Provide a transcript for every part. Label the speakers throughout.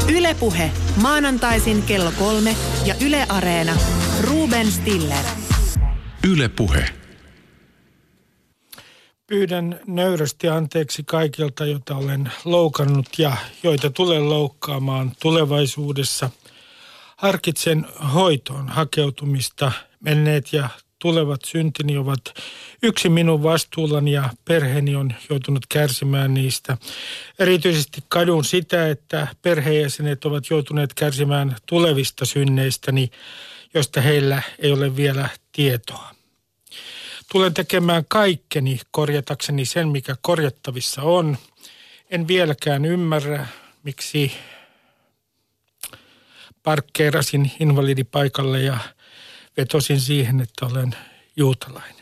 Speaker 1: Yle Puhe. Maanantaisin kello 3 ja Yle Areena. Ruben Stiller.
Speaker 2: Yle Puhe.
Speaker 3: Pyydän nöyrästi anteeksi kaikilta, joita olen loukannut ja joita tulen loukkaamaan tulevaisuudessa. Harkitsen hoitoon hakeutumista. Menneet ja tulevat syntini ovat yksin minun vastuullani ja perheeni on joutunut kärsimään niistä. Erityisesti kadun sitä, että perheenjäsenet ovat joutuneet kärsimään tulevista synneistäni, joista heillä ei ole vielä tietoa. Tulen tekemään kaikkeni korjatakseni sen, mikä korjattavissa on. En vieläkään ymmärrä, miksi parkkeerasin invalidipaikalle ja vetosin siihen, että olen juutalainen.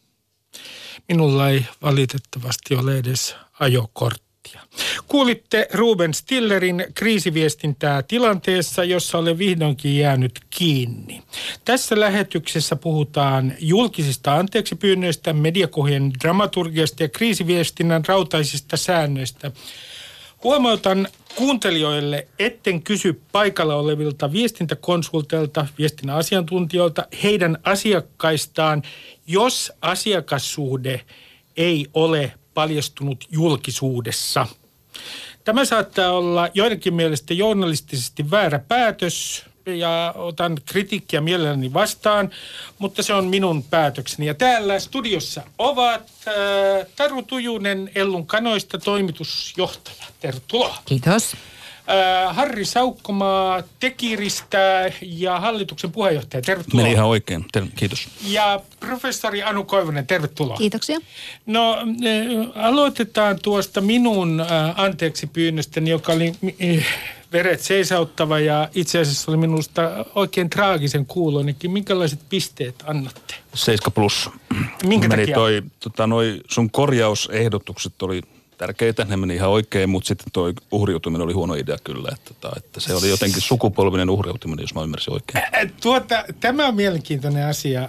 Speaker 3: Minulla ei valitettavasti ole edes ajokorttia. Kuulitte Ruben Stillerin kriisiviestintää tilanteessa, jossa olen vihdoinkin jäänyt kiinni. Tässä lähetyksessä puhutaan julkisista anteeksipyynnöistä, mediakohujen dramaturgiasta ja kriisiviestinnän rautaisista säännöistä. Huomautan kuuntelijoille, etten kysy paikalla olevilta viestintäkonsulteilta, viestinnän asiantuntijoilta, heidän asiakkaistaan, jos asiakassuhde ei ole paljastunut julkisuudessa. Tämä saattaa olla joidenkin mielestä journalistisesti väärä päätös ja otan kritiikkiä mielelläni vastaan, mutta se on minun päätökseni. Ja täällä studiossa ovat Taru Tujunen, Ellun Kanoista toimitusjohtaja. Tervetuloa.
Speaker 4: Kiitos.
Speaker 3: Harri Saukkomaa Tekiristä ja hallituksen puheenjohtaja. Tervetuloa.
Speaker 5: Meni ihan oikein. Kiitos.
Speaker 3: Ja professori Anu Koivunen, tervetuloa.
Speaker 4: Kiitoksia.
Speaker 3: No, aloitetaan tuosta minun anteeksipyynnöstäni, joka oli veret seisauttava ja itse asiassa oli minusta oikein traagisen kuuloinenkin. Minkälaiset pisteet annatte?
Speaker 5: 7+.
Speaker 3: Minkä takia?
Speaker 5: Noi sun korjausehdotukset oli tärkeitä, ne meni ihan oikein, mutta sitten toi uhriutuminen oli huono idea kyllä. Että se oli jotenkin sukupolvinen uhriutuminen, jos mä ymmärsin oikein.
Speaker 3: Tämä on mielenkiintoinen asia,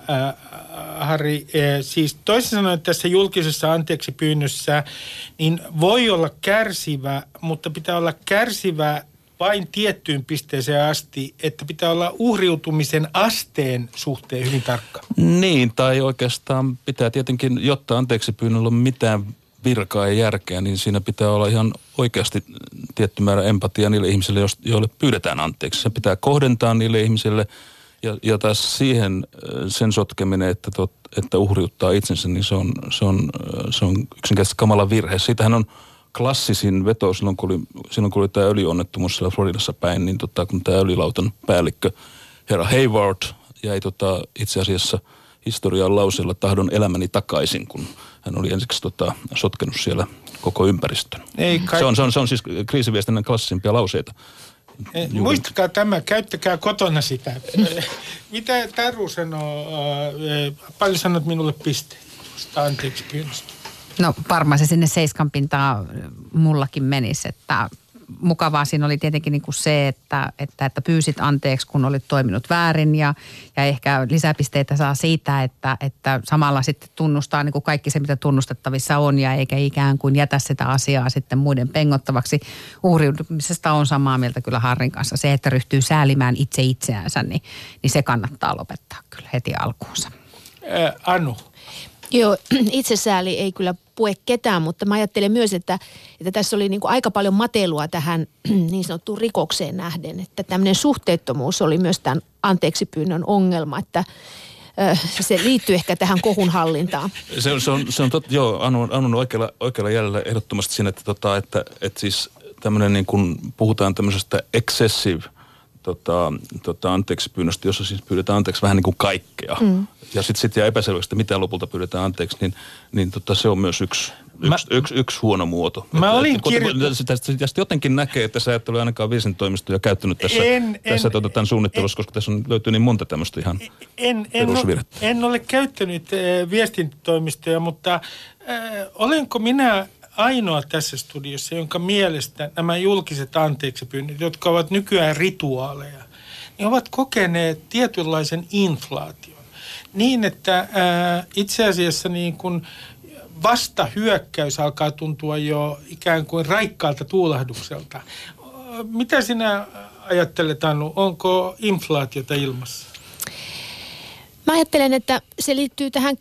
Speaker 3: Harri. Siis toisin sanoen tässä julkisessa anteeksipyynnössä, niin voi olla kärsivä, mutta pitää olla kärsivä vain tiettyyn pisteeseen asti, että pitää olla uhriutumisen asteen suhteen hyvin tarkka.
Speaker 5: Niin, tai oikeastaan pitää tietenkin, jotta anteeksipyynnöllä on mitään virkaa ja järkeä, niin siinä pitää olla ihan oikeasti tietty määrä empatiaa niille ihmisille, joille pyydetään anteeksi. Se pitää kohdentaa niille ihmisille ja taas siihen sen sotkeminen, että uhriuttaa itsensä, niin se on yksinkertaisesti kamala virhe. Siitähän on klassisin veto silloin, kun oli tämä öljyonnettomuus siellä Floridassa päin, niin kun tämä öljylautan päällikkö herra Hayward jäi itse asiassa historian lauseella tahdon elämäni takaisin, kun hän oli ensiksi sotkenut siellä koko ympäristön. Se on siis kriisiviestinnän klassisimpia lauseita.
Speaker 3: Muistakaa tämä, käyttäkää kotona sitä. Mitä Taru sanoo, paljon sanot minulle pisteitä anteeksi pyynnöstä?
Speaker 4: No varmaan se sinne 7 pintaan mullakin menisi, että mukavaa siinä oli tietenkin niin kuin se, että pyysit anteeksi, kun olit toiminut väärin ja ehkä lisäpisteitä saa siitä, että samalla sitten tunnustaa niin kuin kaikki se, mitä tunnustettavissa on ja eikä ikään kuin jätä sitä asiaa sitten muiden pengottavaksi. Uhriutumisesta on samaa mieltä kyllä Harrin kanssa. Se, että ryhtyy säälimään itse itseänsä, niin se kannattaa lopettaa kyllä heti alkuunsa.
Speaker 3: Anu.
Speaker 6: Joo, itsesääli ei kyllä pue ketään, mutta mä ajattelen myös, että tässä oli niin kuin aika paljon matelua tähän niin sanottuun rikokseen nähden. Että tämmöinen suhteettomuus oli myös tämän anteeksipyynnön ongelma, että se liittyy ehkä tähän kohun hallintaan.
Speaker 5: Se on totta, joo, Anu on oikealla jäljellä ehdottomasti siinä, että siis tämmöinen niin kuin puhutaan tämmöisestä excessive anteeksipyynnöstä, jossa siis pyydetään anteeksi vähän niin kuin kaikkea. Ja sitten jää epäselväksi, että mitä lopulta pyydetään anteeksi, niin se on myös yksi huono muoto. Tästä jotenkin näkee, että sä et ole ainakaan viestintätoimistoja käyttänyt tässä tämän suunnittelussa, koska tässä löytyy niin monta tämmöistä ihan perusvirhettä.
Speaker 3: En ole käyttänyt viestintätoimistoja, mutta olenko minä ainoa tässä studiossa, jonka mielestä nämä julkiset anteeksipyynnöt, jotka ovat nykyään rituaaleja, niin ovat kokeneet tietynlaisen inflaation. Niin, että itse asiassa niin kuin vastahyökkäys alkaa tuntua jo ikään kuin raikkaalta tuulahdukselta. mitä sinä ajattelet, Anu? Onko inflaatiota ilmassa?
Speaker 6: Mä ajattelen, että se liittyy tähän.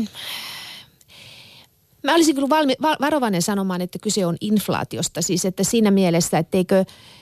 Speaker 6: Mä olisin kyllä varovainen sanomaan, että kyse on inflaatiosta. Siis että siinä mielessä, etteikö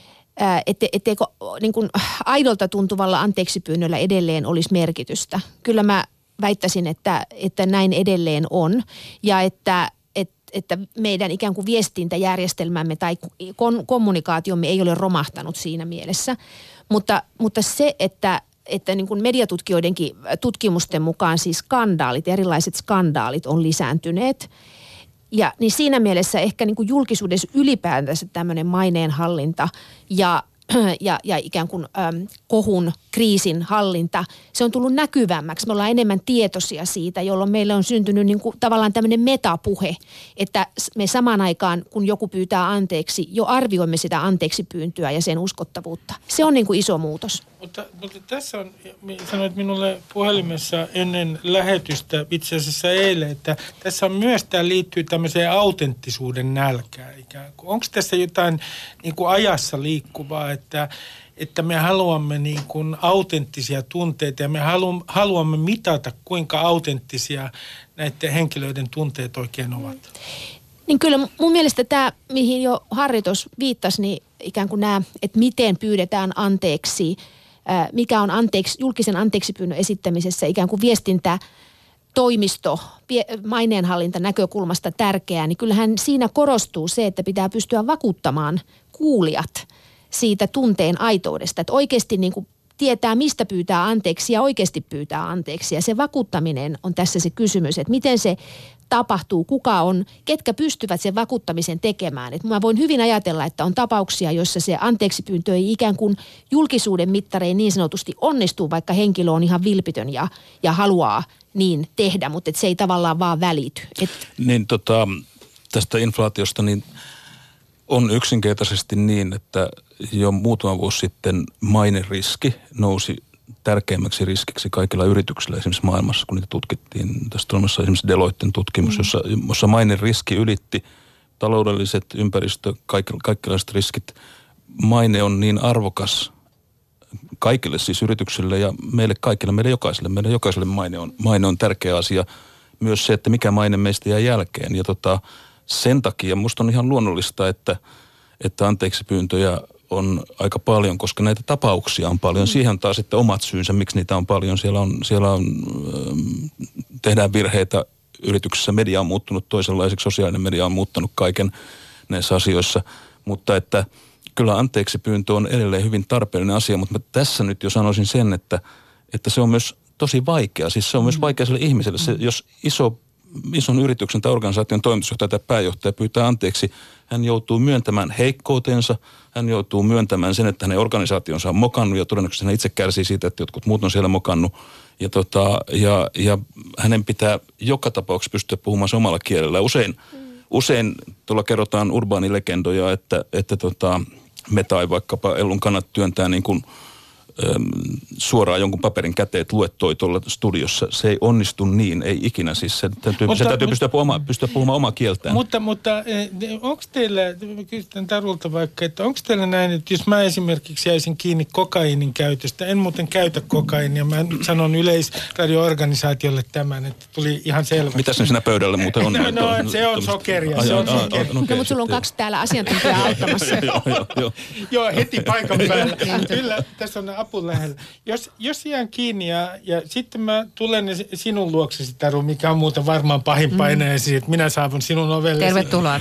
Speaker 6: niin kuin aidolta tuntuvalla anteeksipyynnöllä edelleen olisi merkitystä. Kyllä mä väittäisin, että näin edelleen on ja että meidän ikään kuin viestintäjärjestelmämme tai kommunikaatiomme ei ole romahtanut siinä mielessä. Mutta se, että niin kuin mediatutkijoidenkin tutkimusten mukaan siis erilaiset skandaalit on lisääntyneet. Ja niin siinä mielessä ehkä niin kuin julkisuudessa ylipäätänsä tämmöinen maineenhallinta ja ikään kuin kohun, kriisin hallinta, se on tullut näkyvämmäksi. Me ollaan enemmän tietoisia siitä, jolloin meillä on syntynyt niin kuin tavallaan tämmöinen metapuhe, että me samaan aikaan, kun joku pyytää anteeksi, jo arvioimme sitä anteeksipyyntöä ja sen uskottavuutta. Se on niin kuin iso muutos.
Speaker 3: Mutta tässä on, sanoit minulle puhelimessa ennen lähetystä, itse asiassa eilen, että tässä on myös, tämä liittyy tämmöiseen autenttisuuden nälkään ikään kuin. Onko tässä jotain niin kuin ajassa liikkuvaa, että me haluamme niin kuin autenttisia tunteita ja me haluamme mitata, kuinka autenttisia näiden henkilöiden tunteet oikein ovat?
Speaker 6: Niin kyllä mun mielestä tämä, mihin jo Harri tuossa viittasi, niin ikään kuin nämä, että miten pyydetään anteeksi, mikä on julkisen anteeksipyynnön esittämisessä ikään kuin viestintätoimisto, maineenhallinta näkökulmasta tärkeää, niin kyllähän siinä korostuu se, että pitää pystyä vakuuttamaan kuulijat siitä tunteen aitoudesta, että oikeasti niin kuin tietää, mistä pyytää anteeksi ja oikeasti pyytää anteeksi. Ja se vakuuttaminen on tässä se kysymys, että miten se tapahtuu, ketkä pystyvät sen vakuuttamisen tekemään. Että mä voin hyvin ajatella, että on tapauksia, joissa se anteeksipyyntö ei ikään kuin julkisuuden mittarein niin sanotusti onnistuu, vaikka henkilö on ihan vilpitön ja haluaa niin tehdä, mutta että se ei tavallaan vaan välity.
Speaker 5: Niin tästä inflaatiosta niin on yksinkertaisesti niin, että jo muutama vuosi sitten maineriski nousi tärkeimmäksi riskiksi kaikilla yrityksillä esimerkiksi maailmassa, kun niitä tutkittiin. Tästä on olemassa esimerkiksi Deloitten tutkimus, jossa maineriski ylitti taloudelliset, kaikenlaiset riskit. Maine on niin arvokas kaikille siis yrityksille ja meille kaikille, meille jokaiselle maine on tärkeä asia. Myös se, että mikä maine meistä jää jälkeen. Ja sen takia musta on ihan luonnollista, että anteeksipyyntöjä on aika paljon, koska näitä tapauksia on paljon. Siihen on taas sitten omat syynsä, miksi niitä on paljon. Siellä on tehdään virheitä yrityksessä. Media on muuttunut toisenlaiseksi, sosiaalinen media on muuttanut kaiken näissä asioissa. Mutta että kyllä anteeksipyyntö on edelleen hyvin tarpeellinen asia, mutta mä tässä nyt jo sanoisin sen, että se on myös tosi vaikea. Siis se on myös vaikea sille ihmiselle. Se, jos ison yrityksen tai organisaation toimitusjohtaja tai pääjohtaja pyytää anteeksi, hän joutuu myöntämään heikkoutensa, hän joutuu myöntämään sen, että hänen organisaationsa on mokannut ja todennäköisesti hän itse kärsii siitä, että jotkut muut on siellä mokannut. Ja hänen pitää joka tapauksessa pystyä puhumaan se omalla kielellä. Usein tuolla kerrotaan urbaanilegendoja, että me tai vaikkapa Ellun kannat työntää niin kuin suoraan jonkun paperin käteen, että luettoi tuolla studiossa. Se ei onnistu niin, ei ikinä. Siis se täytyy pystyä puhumaan omaa kieltään.
Speaker 3: Mutta onko teillä, kysyn Tarulta vaikka, että onko teillä näin, että jos mä esimerkiksi jäisin kiinni kokaiinin käytöstä, en muuten käytä kokaiinia, mä nyt sanon Yleisradio-organisaatiolle tämän, että tuli ihan selvä.
Speaker 5: Mitäs ne siinä pöydällä muuten on?
Speaker 3: No, se on sokeria,
Speaker 6: No, mutta sulla on 2 täällä asiantuntijaa auttamassa.
Speaker 3: Joo, heti paikan päällä. Kyllä, tässä on apun lähellä. Jos jään kiinni ja sitten mä tulen sinun luoksesi, Taru, mikä on muuten varmaan pahin paineesi, että minä saavun sinun ovelle.
Speaker 4: Tervetuloa.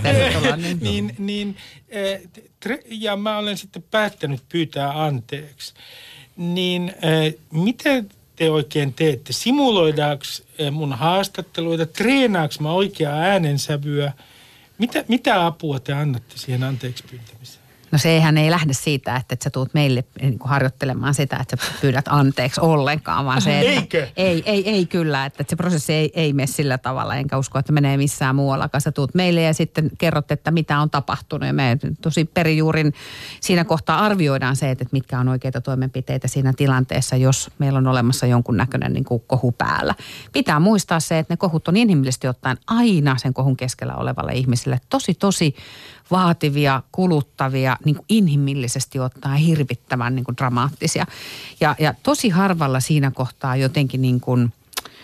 Speaker 3: Ja mä olen sitten päättänyt pyytää anteeksi. Niin miten te oikein teette? Simuloidaanko mun haastatteluita? Treenaanko mä oikeaa äänensävyä? Mitä apua te annatte siihen anteeksi pyytämiseen?
Speaker 4: No sehän ei lähde siitä, että sä tuut meille niin kuin harjoittelemaan sitä, että sä pyydät anteeksi ollenkaan, vaan se, että ei kyllä, että se prosessi ei mene sillä tavalla, enkä usko, että menee missään muuallakaan. Sä tuut meille ja sitten kerrot, että mitä on tapahtunut ja me tosi perijuurin siinä kohtaa arvioidaan se, että mitkä on oikeita toimenpiteitä siinä tilanteessa, jos meillä on olemassa jonkunnäköinen niin kuin kohu päällä. Pitää muistaa se, että ne kohut on inhimillisesti ottaen aina sen kohun keskellä olevalle ihmiselle tosi vaativia, kuluttavia. niin kuin inhimillisesti ottaen hirvittävän niin kuin dramaattisia. Ja tosi harvalla siinä kohtaa jotenkin niin kuin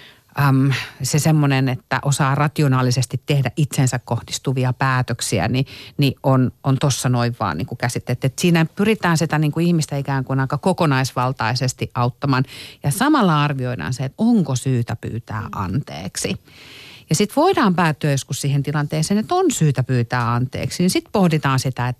Speaker 4: se semmoinen, että osaa rationaalisesti tehdä itsensä kohdistuvia päätöksiä, niin on tossa noin vaan niin kuin käsitteet. Että siinä pyritään sitä niin kuin ihmistä ikään kuin aika kokonaisvaltaisesti auttamaan. Ja samalla arvioidaan se, että onko syytä pyytää anteeksi. Ja sitten voidaan päätyä joskus siihen tilanteeseen, että on syytä pyytää anteeksi. Niin sitten pohditaan sitä,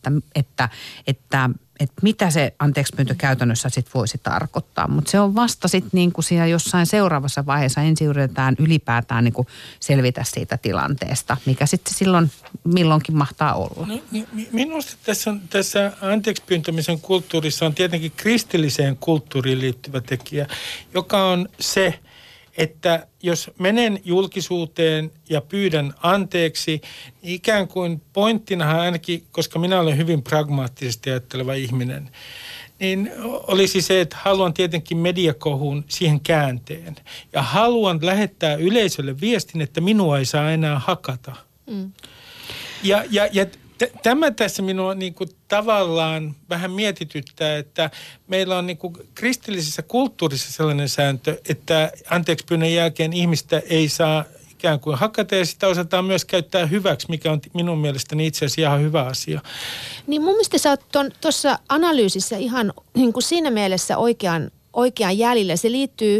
Speaker 4: että mitä se anteeksipyyntö käytännössä sitten voisi tarkoittaa. Mutta se on vasta sitten niin kuin siinä jossain seuraavassa vaiheessa ensin yritetään ylipäätään niin kuin selvitä siitä tilanteesta, mikä sitten silloin milloinkin mahtaa olla.
Speaker 3: No, minusta tässä anteeksipyyntämisen kulttuurissa on tietenkin kristilliseen kulttuuriin liittyvä tekijä, joka on se, että jos menen julkisuuteen ja pyydän anteeksi, niin ikään kuin pointtinahan ainakin, koska minä olen hyvin pragmaattisesti ajatteleva ihminen, niin olisi se, että haluan tietenkin mediakohuun siihen käänteen. Ja haluan lähettää yleisölle viestin, että minua ei saa enää hakata. Mm. Ja tämä tässä minua niin kuin tavallaan vähän mietityttää, että meillä on niin kuin kristillisessä kulttuurissa sellainen sääntö, että anteeksipyynnön jälkeen ihmistä ei saa ikään kuin hakata ja sitä osataan myös käyttää hyväksi, mikä on minun mielestäni itse asiassa ihan hyvä asia.
Speaker 6: Niin mun mielestä sä oot tuossa analyysissä ihan niin kuin siinä mielessä oikean jäljellä. Se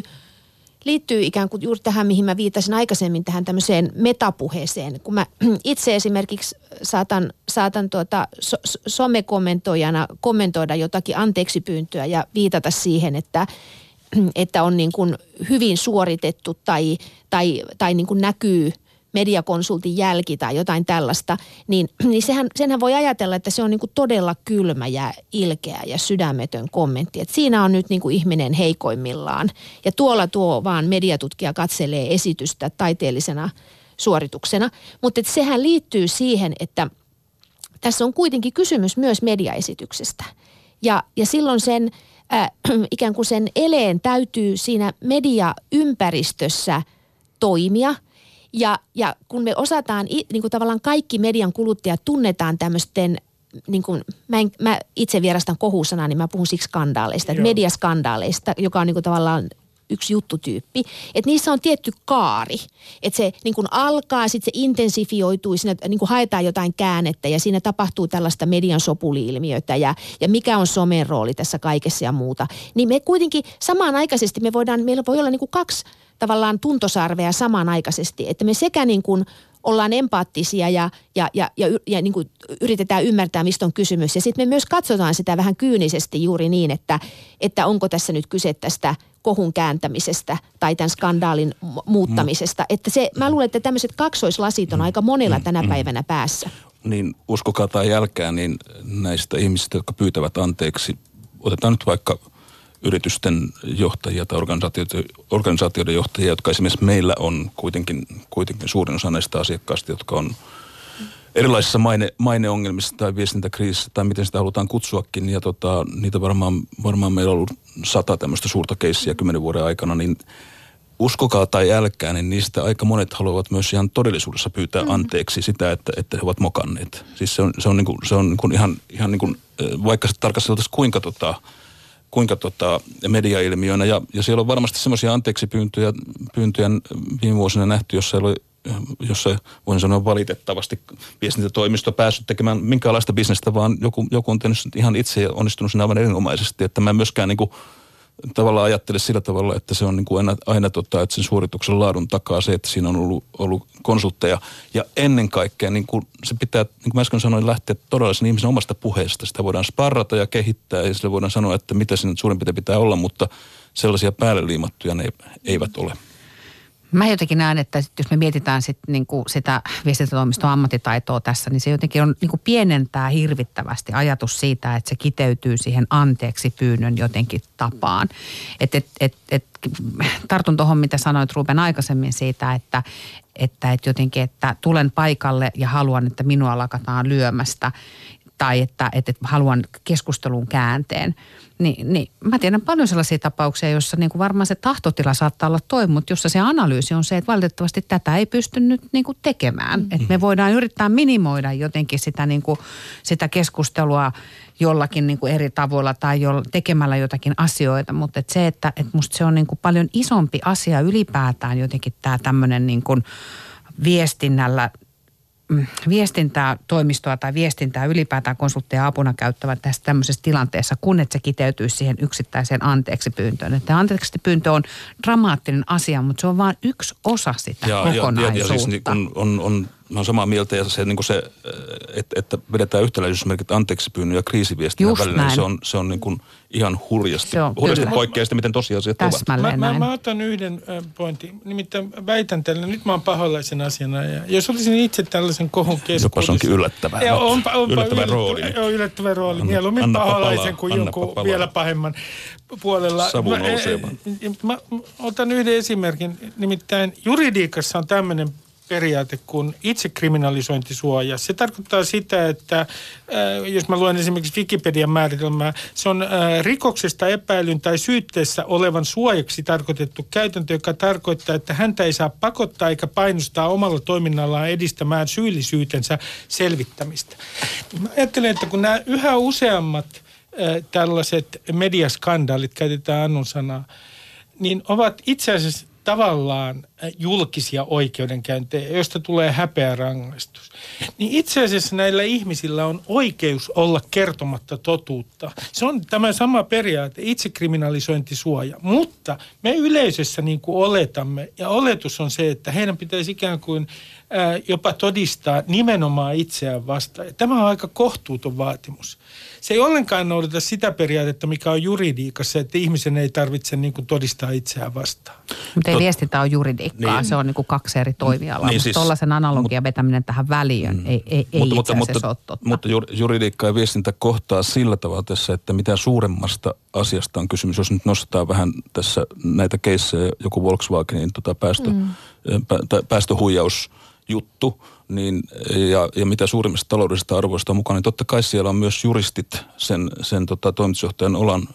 Speaker 6: liittyy ikään kuin juuri tähän, mihin mä viitasin aikaisemmin, tähän tämmöiseen metapuheeseen. Kun mä itse esimerkiksi saatan somekommentoijana kommentoida jotakin anteeksipyyntöä ja viitata siihen, että on niin kuin hyvin suoritettu tai niin kuin näkyy mediakonsultin jälki tai jotain tällaista, niin senhän voi ajatella, että se on niin kuin todella kylmä ja ilkeä ja sydämetön kommentti. Että siinä on nyt niin kuin ihminen heikoimmillaan. Ja tuo vaan mediatutkija katselee esitystä taiteellisena suorituksena. Mutta sehän liittyy siihen, että tässä on kuitenkin kysymys myös mediaesityksestä. Ja silloin sen ikään kuin sen eleen täytyy siinä mediaympäristössä toimia. Ja kun me osataan, niin kuin tavallaan kaikki median kuluttajat tunnetaan tämmöisten, niin kuin, mä itse vierastan kohusanaa, niin mä puhun siksi skandaaleista, että mediaskandaaleista, joka on niin kuin tavallaan yksi juttutyyppi. Että niissä on tietty kaari, että se niin kuin alkaa, sitten se intensifioituu, siinä niin kuin haetaan jotain käännettä ja siinä tapahtuu tällaista median sopuli-ilmiötä ja mikä on somen rooli tässä kaikessa ja muuta. Niin me kuitenkin samanaikaisesti meillä voi olla niin kuin kaksi tavallaan tuntosarvea samanaikaisesti, että me sekä niin kuin ollaan empaattisia ja niin kuin yritetään ymmärtää, mistä on kysymys. Ja sitten me myös katsotaan sitä vähän kyynisesti juuri niin, että onko tässä nyt kyse tästä kohun kääntämisestä tai tämän skandaalin muuttamisesta. Että mä luulen, että tämmöiset kaksoislasit on aika monella tänä päivänä päässä. Niin
Speaker 5: uskokaa tai jälkää, niin näistä ihmisistä, jotka pyytävät anteeksi, otetaan nyt vaikka yritysten johtajia tai organisaatioiden johtajia, jotka esimerkiksi meillä on kuitenkin suurin osa näistä asiakkaista, jotka on erilaisissa maineongelmissa tai viestintäkriisissä tai miten sitä halutaan kutsuakin. Ja niitä varmaan meillä on ollut 100 tämmöistä suurta keissiä 10 vuoden aikana, niin uskokaa tai älkää, niin niistä aika monet haluavat myös ihan todellisuudessa pyytää anteeksi sitä, että he ovat mokanneet. Siis se on ihan niin kuin, vaikka se tarkasteltaisiin kuinka mediailmiönä. Ja siellä on varmasti semmoisia anteeksipyyntöjä viime vuosina nähty, jossa voin sanoa valitettavasti viestintätoimisto päässyt tekemään minkäänlaista bisnestä, vaan joku on tehnyt ihan itse ja onnistunut siinä aivan erinomaisesti. Että mä en myöskään niin kuin tavallaan ajattele sillä tavalla, että se on niin kuin aina että sen suorituksen laadun takaa se, että siinä on ollut konsultteja. Ja ennen kaikkea niin kuin se pitää, niin kuin mä äsken sanoin, lähteä todella sen ihmisen omasta puheesta. Sitä voidaan sparrata ja kehittää ja sille voidaan sanoa, että mitä siinä suurin piirtein pitää olla, mutta sellaisia päälle liimattuja ne eivät ole.
Speaker 4: Mä jotenkin näen, että jos me mietitään niinku sitä viestintätoimiston ammattitaitoa tässä, niin se jotenkin on niinku pienentää hirvittävästi ajatus siitä, että se kiteytyy siihen anteeksi pyynnön jotenkin tapaan. Tartun tuohon, mitä sanoit Ruben aikaisemmin siitä, että jotenkin, että tulen paikalle ja haluan, että minua lakataan lyömästä. tai että haluan keskustelun käänteen. Niin mä tiedän paljon sellaisia tapauksia, joissa niin kuin varmaan se tahtotila saattaa olla mutta jossa se analyysi on se, että valitettavasti tätä ei pysty nyt niin kuin tekemään. Että me voidaan yrittää minimoida jotenkin sitä, niin kuin, sitä keskustelua jollakin niin kuin eri tavoilla tai tekemällä jotakin asioita, mutta se, että musta se on niin kuin paljon isompi asia ylipäätään jotenkin tämä tämmöinen niin kuin viestintää toimistoa tai viestintää ylipäätään konsultteja apuna käyttävät tässä tämmöisessä tilanteessa, kun et se kiteytyisi siihen yksittäiseen anteeksipyyntöön. Että anteeksipyyntö on dramaattinen asia, mutta se on vain yksi osa sitä kokonaisuutta. Ja siis niin mä oon samaa mieltä ja se, niin se että vedetään yhtäläisyysmerkit anteeksipyynnön ja kriisiviestinnän välillä, niin se on niin kuin ihan hurjasti poikkeaa sitä, miten tosiasiat ovat.
Speaker 3: Mä otan yhden pointin. Nimittäin väitän tällä, nyt mä oon pahoillaisen asiana. Ja jos olisin itse tällaisen kohun keskuudessa.
Speaker 5: Jopas onkin yllättävää. Yllättävä rooli.
Speaker 3: Joo, yllättävä rooli. Mieluummin pahoillaisen kuin jonkun vielä pahemman puolella.
Speaker 5: Savu nousee.
Speaker 3: Mä otan yhden esimerkin. Nimittäin juridiikassa on tämmöinen periaate kuin itsekriminalisointisuoja. Se tarkoittaa sitä, että jos mä luen esimerkiksi Wikipedian määritelmää, se on rikoksesta epäilyn tai syytteessä olevan suojaksi tarkoitettu käytäntö, joka tarkoittaa, että häntä ei saa pakottaa eikä painostaa omalla toiminnallaan edistämään syyllisyytensä selvittämistä. Mä ajattelen, että kun nämä yhä useammat tällaiset mediaskandaalit, käytetään Annun sanaa, niin ovat itse asiassa tavallaan julkisia oikeudenkäyntejä, joista tulee häpeärangaistus. Niin itse asiassa näillä ihmisillä on oikeus olla kertomatta totuutta. Se on tämä sama periaate, itsekriminalisointisuoja. Mutta me yleisössä niin kuin oletamme, ja oletus on se, että heidän pitäisi ikään kuin jopa todistaa nimenomaan itseään vastaan. Ja tämä on aika kohtuuton vaatimus. Se ei ollenkaan noudata sitä periaatetta, mikä on juridiikassa, että ihmisen ei tarvitse niin kuin todistaa itseään vastaan.
Speaker 4: Mutta ei viestintä ole juridiikkaa, niin, se on niin kuin kaksi eri toimialaa. Niin, siis, tuollaisen analogian vetäminen tähän väliin ei itse asiassa ole totta.
Speaker 5: Mutta juridiikka ja viestintä kohtaa sillä tavalla tässä, että mitä suuremmasta asiasta on kysymys. Jos nyt nostetaan vähän tässä näitä keissejä, joku Volkswagenin päästöhuijausjuttu, niin, ja mitä suurimmista taloudellisista arvoista on mukana, niin totta kai siellä on myös juristit sen toimitusjohtajan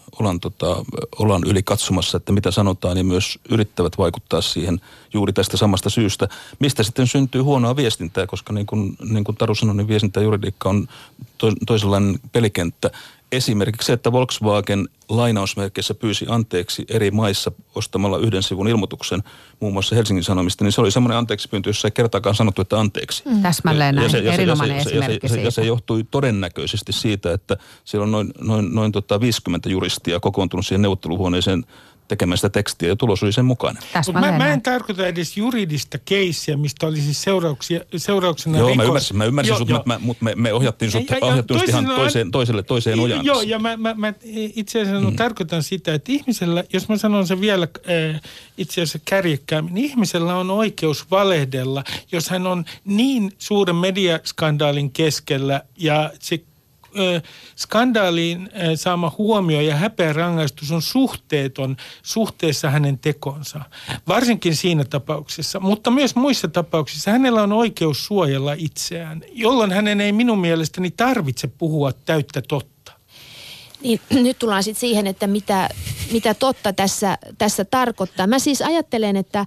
Speaker 5: olan yli katsomassa, että mitä sanotaan, ja myös yrittävät vaikuttaa siihen juuri tästä samasta syystä, mistä sitten syntyy huonoa viestintää, koska niin kuin Taru sanoi, niin viestintä ja juridiikka on toisenlainen pelikenttä. Esimerkiksi se, että Volkswagen lainausmerkeissä pyysi anteeksi eri maissa ostamalla yhden sivun ilmoituksen, muun muassa Helsingin Sanomista, niin se oli semmoinen anteeksipyyntö, jossa ei kertaakaan sanottu, että anteeksi.
Speaker 4: Täsmälleen näin, erinomainen esimerkki siitä.
Speaker 5: Ja se johtui todennäköisesti siitä, että siellä on noin 50 juristia kokoontunut siihen neuvotteluhuoneeseen tekemään sitä tekstiä, ja tulos oli sen mukainen.
Speaker 3: Mä en tarkoita edes juridista keissiä, mistä olisi seurauksena
Speaker 5: Joo, mä ymmärsin sut, mutta me ohjattiin sut ihan toiseen ojaan.
Speaker 3: Joo, ja mä itse asiassa tarkoitan sitä, että ihmisellä, jos mä sanon sen vielä itse asiassa kärjekkäämmin, niin ihmisellä on oikeus valehdella, jos hän on niin suuren mediaskandaalin keskellä, ja se skandaalin saama huomio ja häpeärangaistus on suhteeton suhteessa hänen tekonsa. Varsinkin siinä tapauksessa, mutta myös muissa tapauksissa hänellä on oikeus suojella itseään, jolloin hänen ei minun mielestäni tarvitse puhua täyttä totta.
Speaker 6: Niin, nyt tullaan sitten siihen, että mitä totta tässä tarkoittaa. Mä siis ajattelen, että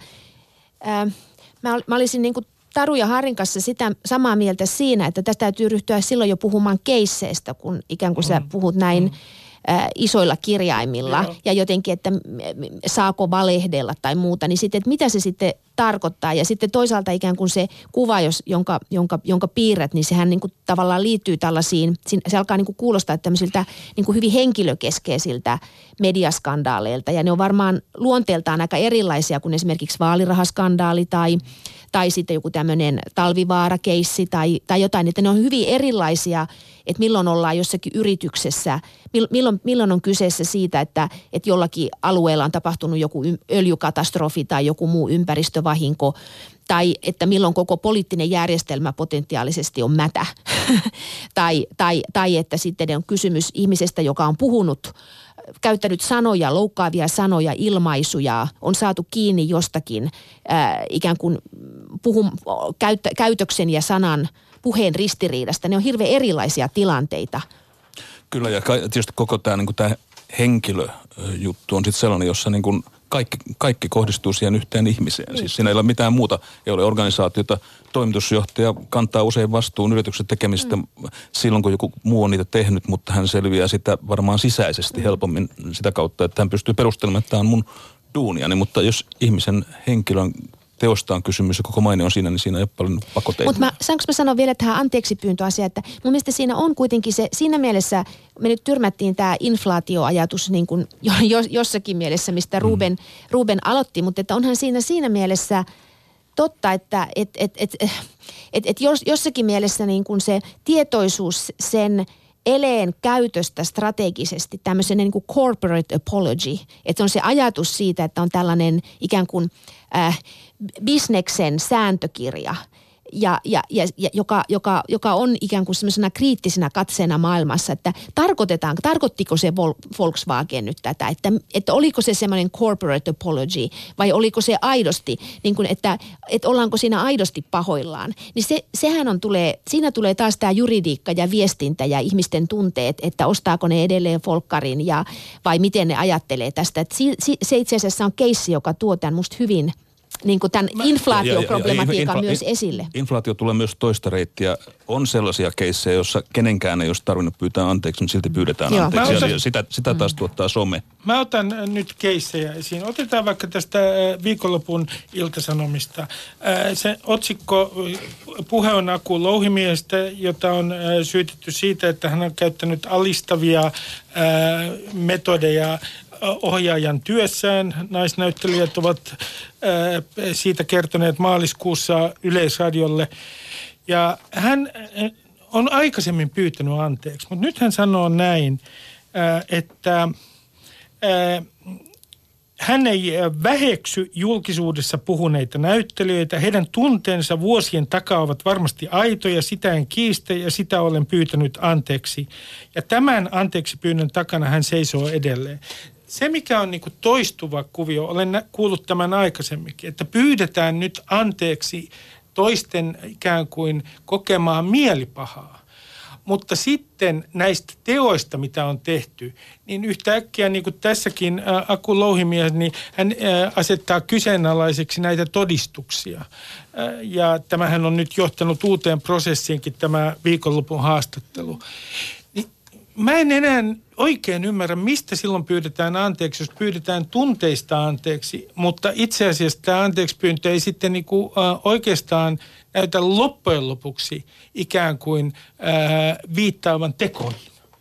Speaker 6: mä olisin niin kuin Taru ja Harrin kanssa sitä samaa mieltä siinä, että tästä täytyy ryhtyä silloin jo puhumaan keisseistä, kun ikään kuin sä puhut näin isoilla kirjaimilla. Joo. Ja jotenkin, että saako valehdella tai muuta, niin sitten, että mitä se sitten tarkoittaa. Ja sitten toisaalta ikään kuin se kuva, jonka piirrät, niin sehän niin kuin tavallaan liittyy tällaisiin, se alkaa niin kuin kuulostaa tämmöisiltä niin kuin hyvin henkilökeskeisiltä mediaskandaaleilta. Ja ne on varmaan luonteeltaan aika erilaisia kuin esimerkiksi vaalirahaskandaali tai sitten joku tämmöinen talvivaarakeissi tai jotain, että ne on hyvin erilaisia, että milloin ollaan jossakin yrityksessä, milloin on kyseessä siitä, että jollakin alueella on tapahtunut joku öljykatastrofi tai joku muu ympäristövaihe, satovahinko tai että milloin koko poliittinen järjestelmä potentiaalisesti on mätä. tai että sitten on kysymys ihmisestä, joka on puhunut, käyttänyt sanoja, loukkaavia sanoja, ilmaisuja, on saatu kiinni jostakin ikään kuin käytöksen ja puheen ristiriidasta. Ne on hirveän erilaisia tilanteita.
Speaker 5: Kyllä, ja tietysti koko tämä niin henkilöjuttu on sitten sellainen, jossa niin kuin kaikki kohdistuu siihen yhteen ihmiseen. Siis siinä ei ole mitään muuta, ei ole organisaatiota. Toimitusjohtaja kantaa usein vastuun yrityksen tekemistä silloin, kun joku muu on niitä tehnyt, mutta hän selviää sitä varmaan sisäisesti helpommin sitä kautta, että hän pystyy perustelemaan, että tämä on mun duuniani. Mutta jos ihmisen henkilön teosta on kysymys ja koko maine on siinä, niin siinä ei ole paljon pakotteita.
Speaker 6: Mutta saanko mä sanoa vielä tähän anteeksipyyntöasiaan, että mun mielestä siinä on kuitenkin se, siinä mielessä me nyt tyrmättiin tämä inflaatioajatus niin kuin jossakin mielessä, mistä Ruben aloitti, mutta että onhan siinä mielessä totta, että jossakin mielessä niin kuin se tietoisuus sen eleen käytöstä strategisesti, tämmöisen niin kuin corporate apology, että on se ajatus siitä, että on tällainen ikään kuin bisneksen sääntökirja, joka on ikään kuin semmoisena kriittisenä katseena maailmassa, että tarkoittiko se Volkswagen nyt tätä, että oliko se semmoinen corporate apology vai oliko se aidosti, niin kuin että ollaanko siinä aidosti pahoillaan, niin sehän siinä tulee taas tämä juridiikka ja viestintä ja ihmisten tunteet, että ostaako ne edelleen Volkkarin vai miten ne ajattelee tästä, että se itse asiassa on keissi, joka tuo tämän musta hyvin niin kuin tämän inflaatioproblematiikan myös esille.
Speaker 5: Inflaatio tulee myös toista reittiä. On sellaisia keissejä, joissa kenenkään ei olisi tarvinnut pyytää anteeksi, mutta silti pyydetään anteeksi. Ja sitä taas tuottaa some.
Speaker 3: Mä otan nyt keissejä esiin. Otetaan vaikka tästä viikonlopun Ilta-Sanomista. Se otsikko Puhe on Aku Louhimiehestä, jota on syytetty siitä, että hän on käyttänyt alistavia metodeja ohjaajan työssään. Naisnäyttelijät ovat siitä kertoneet maaliskuussa Yleisradiolle. Ja hän on aikaisemmin pyytänyt anteeksi, mutta nyt hän sanoo näin, että hän ei väheksy julkisuudessa puhuneita näyttelijöitä. Heidän tunteensa vuosien takaa ovat varmasti aitoja, sitä en kiistä ja sitä olen pyytänyt anteeksi. Ja tämän anteeksipyynnön takana hän seisoo edelleen. Se, mikä on niin kuin toistuva kuvio, olen kuullut tämän aikaisemminkin, että pyydetään nyt anteeksi toisten ikään kuin kokemaan mielipahaa. Mutta sitten näistä teoista, mitä on tehty, niin yhtäkkiä niin kuin tässäkin Aku Louhimies, niin hän asettaa kyseenalaiseksi näitä todistuksia. Ja tämähän on nyt johtanut uuteen prosessiinkin tämä viikonlopun haastattelu. Mä en enää oikein ymmärrä, mistä silloin pyydetään anteeksi, jos pyydetään tunteista anteeksi, mutta itse asiassa tämä anteeksipyyntö ei sitten niinku, oikeastaan näytä loppujen lopuksi ikään kuin viittaavan tekoihin.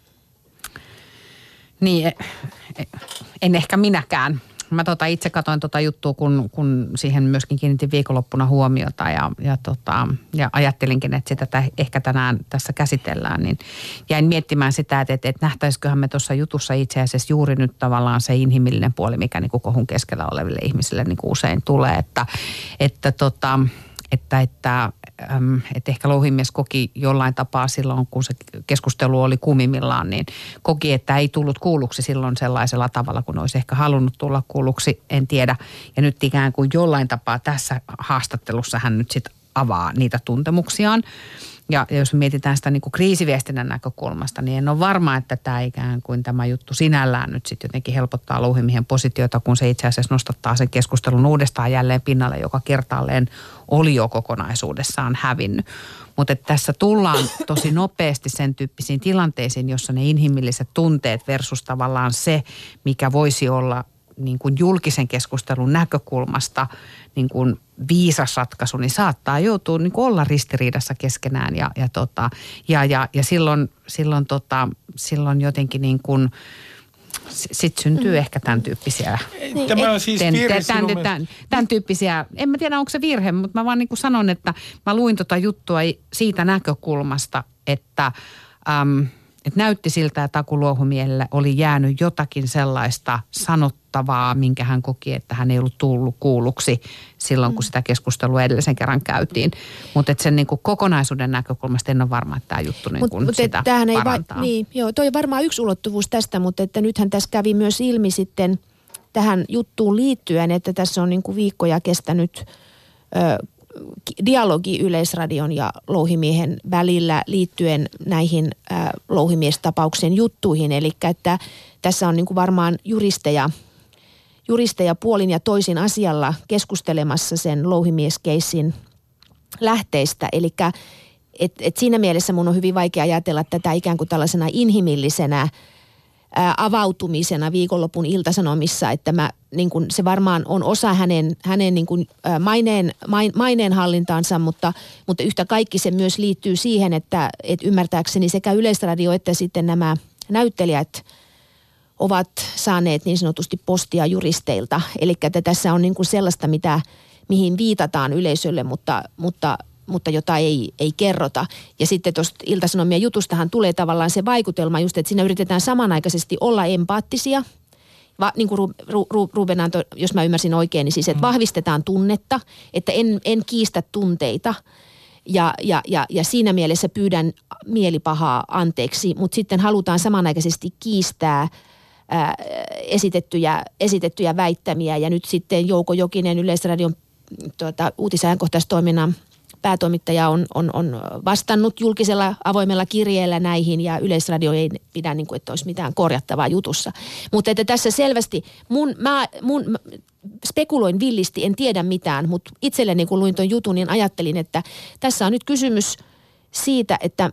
Speaker 4: Niin, en ehkä minäkään. Mä itse katsoin juttua, kun siihen myöskin kiinnitin viikonloppuna huomiota ja ajattelinkin, että sitä ehkä tänään tässä käsitellään, niin jäin miettimään sitä, että nähtäisiköhän me tuossa jutussa itse asiassa juuri nyt tavallaan se inhimillinen puoli, mikä niin kuin kohun keskellä oleville ihmisille niin kuin usein tulee, että ehkä Louhimies koki jollain tapaa silloin, kun se keskustelu oli kuumimmillaan, niin koki, että ei tullut kuulluksi silloin sellaisella tavalla, kun olisi ehkä halunnut tulla kuulluksi, en tiedä. Ja nyt ikään kuin jollain tapaa tässä haastattelussa hän nyt sitten avaa niitä tuntemuksiaan. Ja jos mietitään sitä niin kuin kriisiviestinnän näkökulmasta, niin en ole varma, että tämä ikään kuin tämä juttu sinällään nyt sitten jotenkin helpottaa Louhimiehen positiota, kun se itse asiassa nostattaa sen keskustelun uudestaan jälleen pinnalle, joka kertaalleen oli jo kokonaisuudessaan hävinnyt. Mutta tässä tullaan tosi nopeasti sen tyyppisiin tilanteisiin, jossa ne inhimilliset tunteet versus tavallaan se, mikä voisi olla niin kuin julkisen keskustelun näkökulmasta niin kuin viisas ratkaisu, niin saattaa joutua niin kuin olla ristiriidassa keskenään ja silloin jotenkin niin kuin sitten syntyy ehkä tämän tyyppisiä.
Speaker 3: Tämä on siis virhe
Speaker 4: tämän tyyppisiä, en mä tiedä onko se virhe, mutta mä vaan niin kuin sanon, että mä luin juttua siitä näkökulmasta, että että näytti siltä, että Aku Louhomiehelle oli jäänyt jotakin sellaista sanottavaa, minkä hän koki, että hän ei ollut tullut kuulluksi silloin, kun sitä keskustelua edellisen kerran käytiin. Mutta sen niin kuin kokonaisuuden näkökulmasta en ole varma, että tämä juttu niin kuin sitä parantaa.
Speaker 6: Toi on varmaan yksi ulottuvuus tästä, mutta että nythän tässä kävi myös ilmi sitten tähän juttuun liittyen, että tässä on niin kuin viikkoja kestänyt dialogi Yleisradion ja Louhimiehen välillä liittyen näihin louhimiestapauksen juttuihin. Eli että tässä on niin kuin varmaan juristeja puolin ja toisin asialla keskustelemassa sen louhimieskeissin lähteistä. Eli et siinä mielessä mun on hyvin vaikea ajatella tätä ikään kuin tällaisena inhimillisenä avautumisena viikonlopun Ilta-Sanomissa, että niin kuin se varmaan on osa hänen niin kuin maineen hallintaansa, mutta yhtä kaikki se myös liittyy siihen, että ymmärtääkseni sekä Yleisradio että sitten nämä näyttelijät ovat saaneet niin sanotusti postia juristeilta. Eli että tässä on niin kuin sellaista, mihin viitataan yleisölle, mutta jota ei kerrota. Ja sitten tuosta Ilta-Sanomien jutustahan tulee tavallaan se vaikutelma just, että siinä yritetään samanaikaisesti olla empaattisia. Niin kuin Ruben antoi, jos mä ymmärsin oikein, niin siis, että vahvistetaan tunnetta, että en kiistä tunteita. Ja siinä mielessä pyydän mielipahaa anteeksi, mutta sitten halutaan samanaikaisesti kiistää esitettyjä väittämiä. Ja nyt sitten Jouko Jokinen, Yleisradion uutisajankohtaistoiminnan päätoimittaja on vastannut julkisella avoimella kirjeellä näihin ja Yleisradio ei pidä niin kuin, että olisi mitään korjattavaa jutussa. Mutta että tässä selvästi, mä spekuloin villisti, en tiedä mitään, mutta itselleni kun luin tuon jutun, niin ajattelin, että tässä on nyt kysymys siitä, että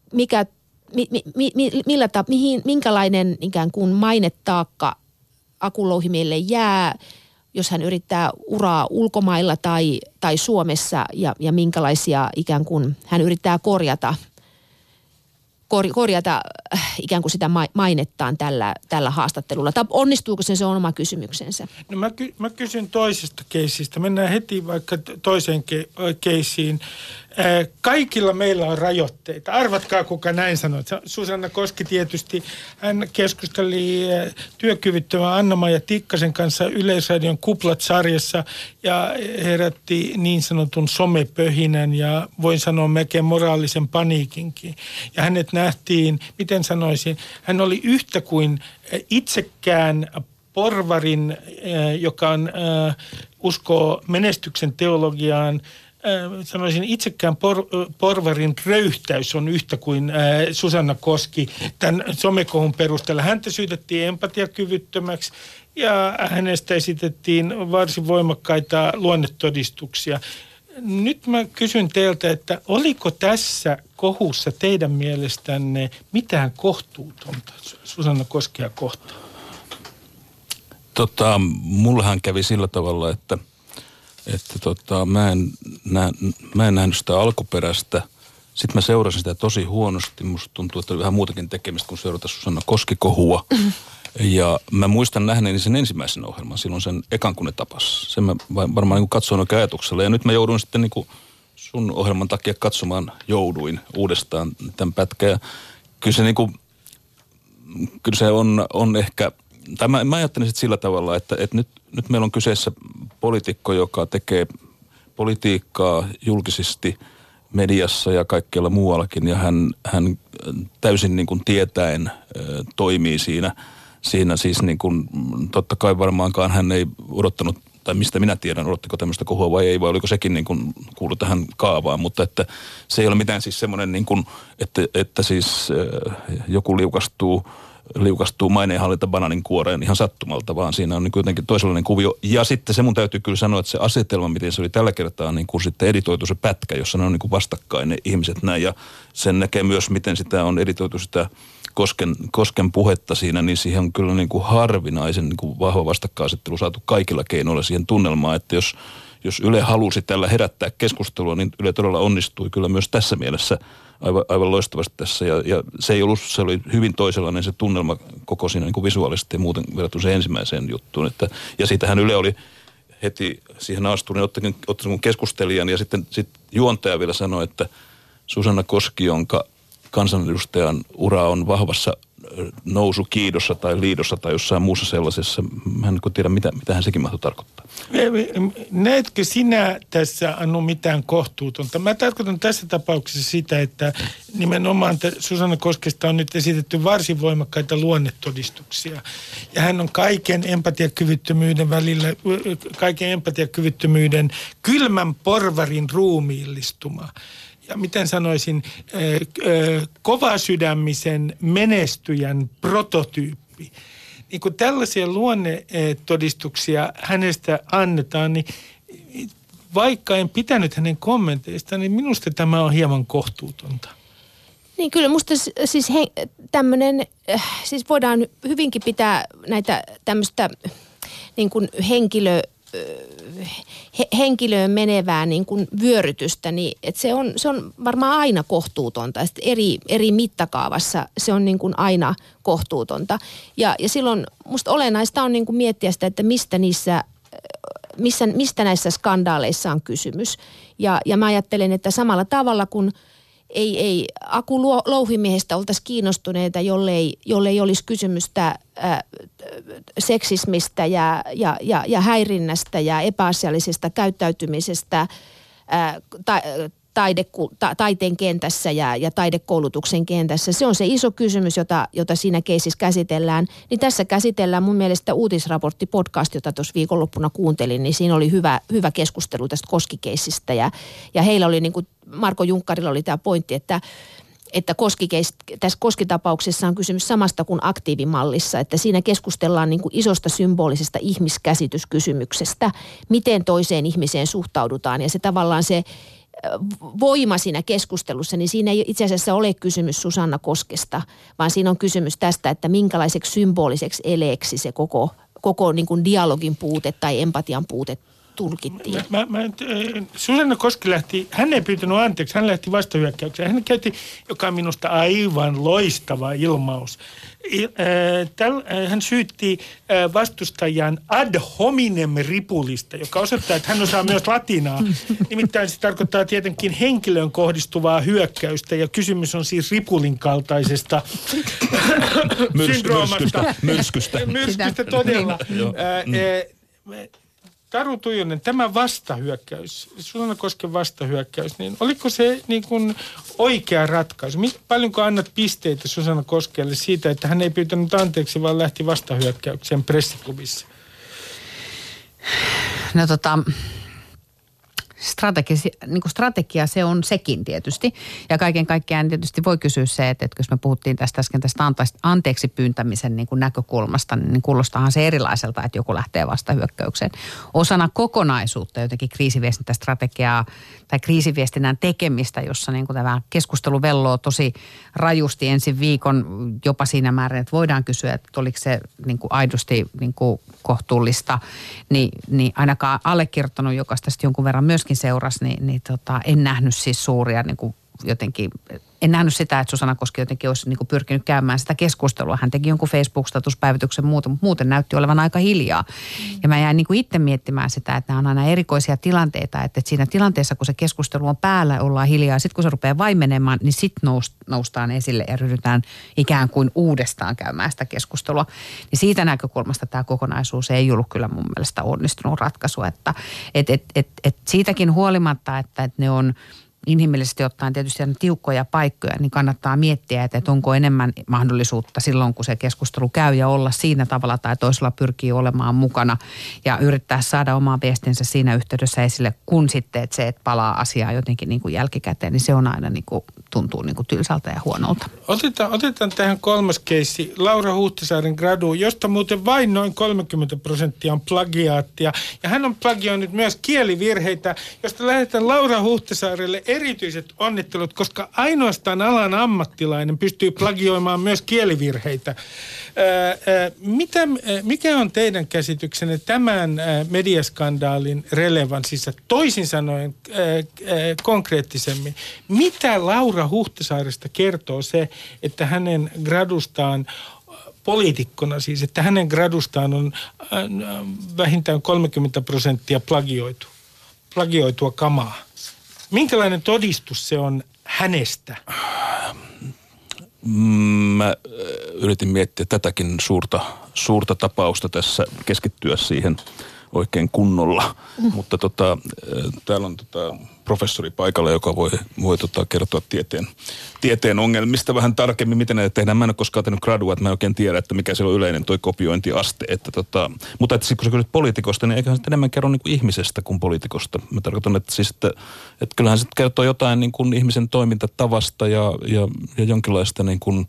Speaker 6: minkälainen ikään kuin mainetaakka Aku Louhimiehelle jää, jos hän yrittää uraa ulkomailla tai Suomessa ja minkälaisia ikään kuin hän yrittää korjata ikään kuin sitä mainettaan tällä haastattelulla. Tai onnistuuko se on oma kysymyksensä?
Speaker 3: No mä kysyn toisesta keisistä. Mennään heti vaikka toiseen keisiin. Kaikilla meillä on rajoitteita. Arvatkaa, kuka näin sanoi. Susanna Koski tietysti. Hän keskusteli työkyvyttömän Anna-Maija Tikkasen kanssa Yleisradion Kuplat-sarjassa ja herätti niin sanotun somepöhinän ja voin sanoa melkein moraalisen paniikinkin. Ja hänet nähtiin, miten sanoisin, hän oli yhtä kuin itsekään porvarin, joka uskoo menestyksen teologiaan. Sanoisin itsekään porvarin röyhtäys on yhtä kuin Susanna Koski tämän somekohun perusteella. Häntä syytettiin empatiakyvyttömäksi ja hänestä esitettiin varsin voimakkaita luonnetodistuksia. Nyt mä kysyn teiltä, että oliko tässä kohussa teidän mielestänne mitään kohtuutonta Susanna Koskea kohtaan?
Speaker 5: Mullahan kävi sillä tavalla, että mä en nähnyt sitä alkuperäistä. Sitten mä seurasin sitä tosi huonosti. Musta tuntuu, että oli vähän muutakin tekemistä kuin seurata Susanna Koski-kohua. Ja mä muistan nähneeni sen ensimmäisen ohjelman, silloin sen ekan kun ne tapas. Sen mä varmaan niin katsoin oikein ajatuksella. Ja nyt mä jouduin sitten niin kuin sun ohjelman takia jouduin uudestaan tämän pätkän. Ja kyllä se, niin kuin, kyllä se on ehkä, tai mä ajattelin sitten sillä tavalla, että nyt meillä on kyseessä poliitikko, joka tekee politiikkaa julkisesti mediassa ja kaikkialla muuallakin. Ja hän täysin niin kuin tietäen toimii siinä siis niin kuin, totta kai varmaankaan hän ei odottanut, tai mistä minä tiedän, odottiko tämmöistä kohua vai ei, vai oliko sekin niin kuin kuulu tähän kaavaan, mutta että se ei ole mitään siis semmoinen niin kuin, että siis joku liukastuu maineenhallinta bananin kuoreen ihan sattumalta, vaan siinä on niin kuin jotenkin toisenlainen kuvio. Ja sitten se mun täytyy kyllä sanoa, että se asetelma, miten se oli tällä kertaa niin kuin sitten editoitu se pätkä, jossa ne on niin kuin vastakkain ne ihmiset näin, ja sen näkee myös, miten sitä on editoitu sitä Kosken puhetta siinä, niin siihen on kyllä niin kuin harvinaisen niin kuin vahva vastakkainasettelu saatu kaikilla keinoilla siihen tunnelmaan, että jos Yle halusi tällä herättää keskustelua, niin Yle todella onnistui kyllä myös tässä mielessä aivan loistavasti tässä. Ja se oli hyvin toisenlainen se tunnelma koko siinä niin kuin visuaalisesti ja muuten verrattuna se ensimmäiseen juttuun. Ja siitähän Yle oli heti siihen asturin otti keskustelijan ja sitten juontaja vielä sanoi, että Susanna Koski, jonka kansanedustajan ura on vahvassa nousukiidossa tai liidossa tai jossain muussa sellaisessa. Mä en tiedä, mitä hän sekin mahtoi tarkoittaa.
Speaker 3: Näetkö sinä tässä, Anu, mitään kohtuutonta? Mä tarkoitan tässä tapauksessa sitä, että nimenomaan Susanna Koskesta on nyt esitetty varsin voimakkaita luonnetodistuksia. Ja hän on kaiken empatiakyvyttömyyden välillä, kaiken empatiakyvyttömyyden kylmän porvarin ruumiillistuma. Ja miten sanoisin, kovasydämisen menestyjän prototyyppi. Niin kun tällaisia luonnetodistuksia hänestä annetaan, niin vaikka en pitänyt hänen kommenteistaan, niin minusta tämä on hieman kohtuutonta.
Speaker 6: Niin kyllä musta siis tämmöinen, siis voidaan hyvinkin pitää näitä tämmöistä niin kuin henkilöön menevää niin kuin vyörytystä, niin että se on varmaan aina kohtuutonta. Eri mittakaavassa se on niin kuin aina kohtuutonta. Ja silloin musta olennaista on niin kuin miettiä sitä, että mistä näissä skandaaleissa on kysymys. Ja mä ajattelen, että samalla tavalla kuin ei Aku Louhimiehestä oltaisi kiinnostuneita, jollei olisi kysymystä seksismistä ja häirinnästä ja epäasiallisesta käyttäytymisestä taiteen kentässä ja taidekoulutuksen kentässä. Se on se iso kysymys, jota siinä keisissä käsitellään. Niin tässä käsitellään mun mielestä uutisraportti-podcast, jota tuossa viikonloppuna kuuntelin, niin siinä oli hyvä keskustelu tästä Koski-keissistä. Ja heillä oli, niin kuin Marko Junkkarilla oli tämä pointti, että tässä Koski-tapauksessa on kysymys samasta kuin aktiivimallissa, että siinä keskustellaan niin kuin isosta symbolisesta ihmiskäsityskysymyksestä, miten toiseen ihmiseen suhtaudutaan ja se tavallaan se voima siinä keskustelussa, niin siinä ei itse asiassa ole kysymys Susanna Koskesta, vaan siinä on kysymys tästä, että minkälaiseksi symboliseksi eleeksi se koko niin kuin dialogin puute tai empatian puute tulkittiin.
Speaker 3: Susanna Koski hän ei pyytänyt anteeksi, hän lähti vastahyökkäykseen. Hän käytti, joka on minusta aivan loistava ilmaus. Hän syytti vastustajan ad hominem ripulista, joka osoittaa, että hän osaa myös latinaa. Nimittäin se tarkoittaa tietenkin henkilöön kohdistuvaa hyökkäystä ja kysymys on siis ripulin kaltaisesta syndroomasta. Myrskystä todella. Taru Tuijonen, tämä vastahyökkäys, Susanna Kosken vastahyökkäys, niin oliko se niin kuin oikea ratkaisu? Paljonko annat pisteitä Susanna Koskelle siitä, että hän ei pyytänyt anteeksi, vaan lähti vastahyökkäykseen pressiklubissa?
Speaker 4: No strategia se on sekin tietysti. Ja kaiken kaikkiaan tietysti voi kysyä se, että jos me puhuttiin äsken tästä anteeksi pyyntämisen niin kuin näkökulmasta, niin kuulostaahan se erilaiselta, että joku lähtee vastahyökkäykseen. Osana kokonaisuutta jotenkin kriisiviestintästrategiaa tai kriisiviestinnän tekemistä, jossa niin kuin tämä keskustelu velloo tosi rajusti ensi viikon jopa siinä määrin, että voidaan kysyä, että oliko se niin kuin aidosti niin kuin kohtuullista, niin ainakaan allekirjoittanut, joka tästä jonkun verran myöskin seurasi, niin en nähnyt siis suuria niin kuin jotenkin, en nähnyt sitä, että Susanna Koski jotenkin olisi niin kuin pyrkinyt käymään sitä keskustelua. Hän teki jonkun Facebook-statuspäivityksen mutta muuten näytti olevan aika hiljaa. Ja mä jäin niin kuin itse miettimään sitä, että nämä on aina erikoisia tilanteita, että siinä tilanteessa, kun se keskustelu on päällä, ollaan hiljaa. Sitten kun se rupeaa vaimenemaan, niin sitten noustaan esille ja ryhdytään ikään kuin uudestaan käymään sitä keskustelua. Niin siitä näkökulmasta tämä kokonaisuus ei ollut kyllä mun mielestä onnistunut ratkaisu. Että siitäkin huolimatta, että ne on inhimillisesti ottaen tietysti tiukkoja paikkoja, niin kannattaa miettiä, että onko enemmän mahdollisuutta silloin, kun se keskustelu käy ja olla siinä tavalla tai toisella pyrkii olemaan mukana ja yrittää saada omaa viestinsä siinä yhteydessä esille, kun sitten, että se, että palaa asiaa jotenkin niin kuin jälkikäteen, niin se on aina niin kuin, tuntuu niin kuin tylsältä ja huonolta.
Speaker 3: Otetaan tähän kolmas keissi, Laura Huhtasaaren gradu, josta muuten vain noin 30% on plagiaattia. Ja hän on plagioinut myös kielivirheitä, josta lähdetään Laura Huhtasaarelle erityiset onnittelut, koska ainoastaan alan ammattilainen pystyy plagioimaan myös kielivirheitä. Mikä on teidän käsityksenne tämän mediaskandaalin relevanssissa? Toisin sanoen konkreettisemmin, mitä Laura Huhtasaaresta kertoo se, että hänen gradustaan poliitikkona siis, että hänen gradustaan on vähintään 30% plagioitua kamaa? Minkälainen todistus se on hänestä?
Speaker 5: Mä yritin miettiä tätäkin suurta tapausta tässä, keskittyä siihen oikein kunnolla, mutta täällä on professori paikalla, joka voi kertoa tieteen ongelmista vähän tarkemmin, miten näitä tehdään. Mä en ole koskaan tehnyt gradua, että mä en oikein tiedä, että mikä se on yleinen toi kopiointiaste. Mutta kun sä kysyt poliitikosta, niin eiköhän se enemmän kerro niin kuin ihmisestä kuin poliitikosta. Mä tarkoitan, että kyllähän se kertoo jotain niin kuin ihmisen toimintatavasta ja jonkinlaista niin kuin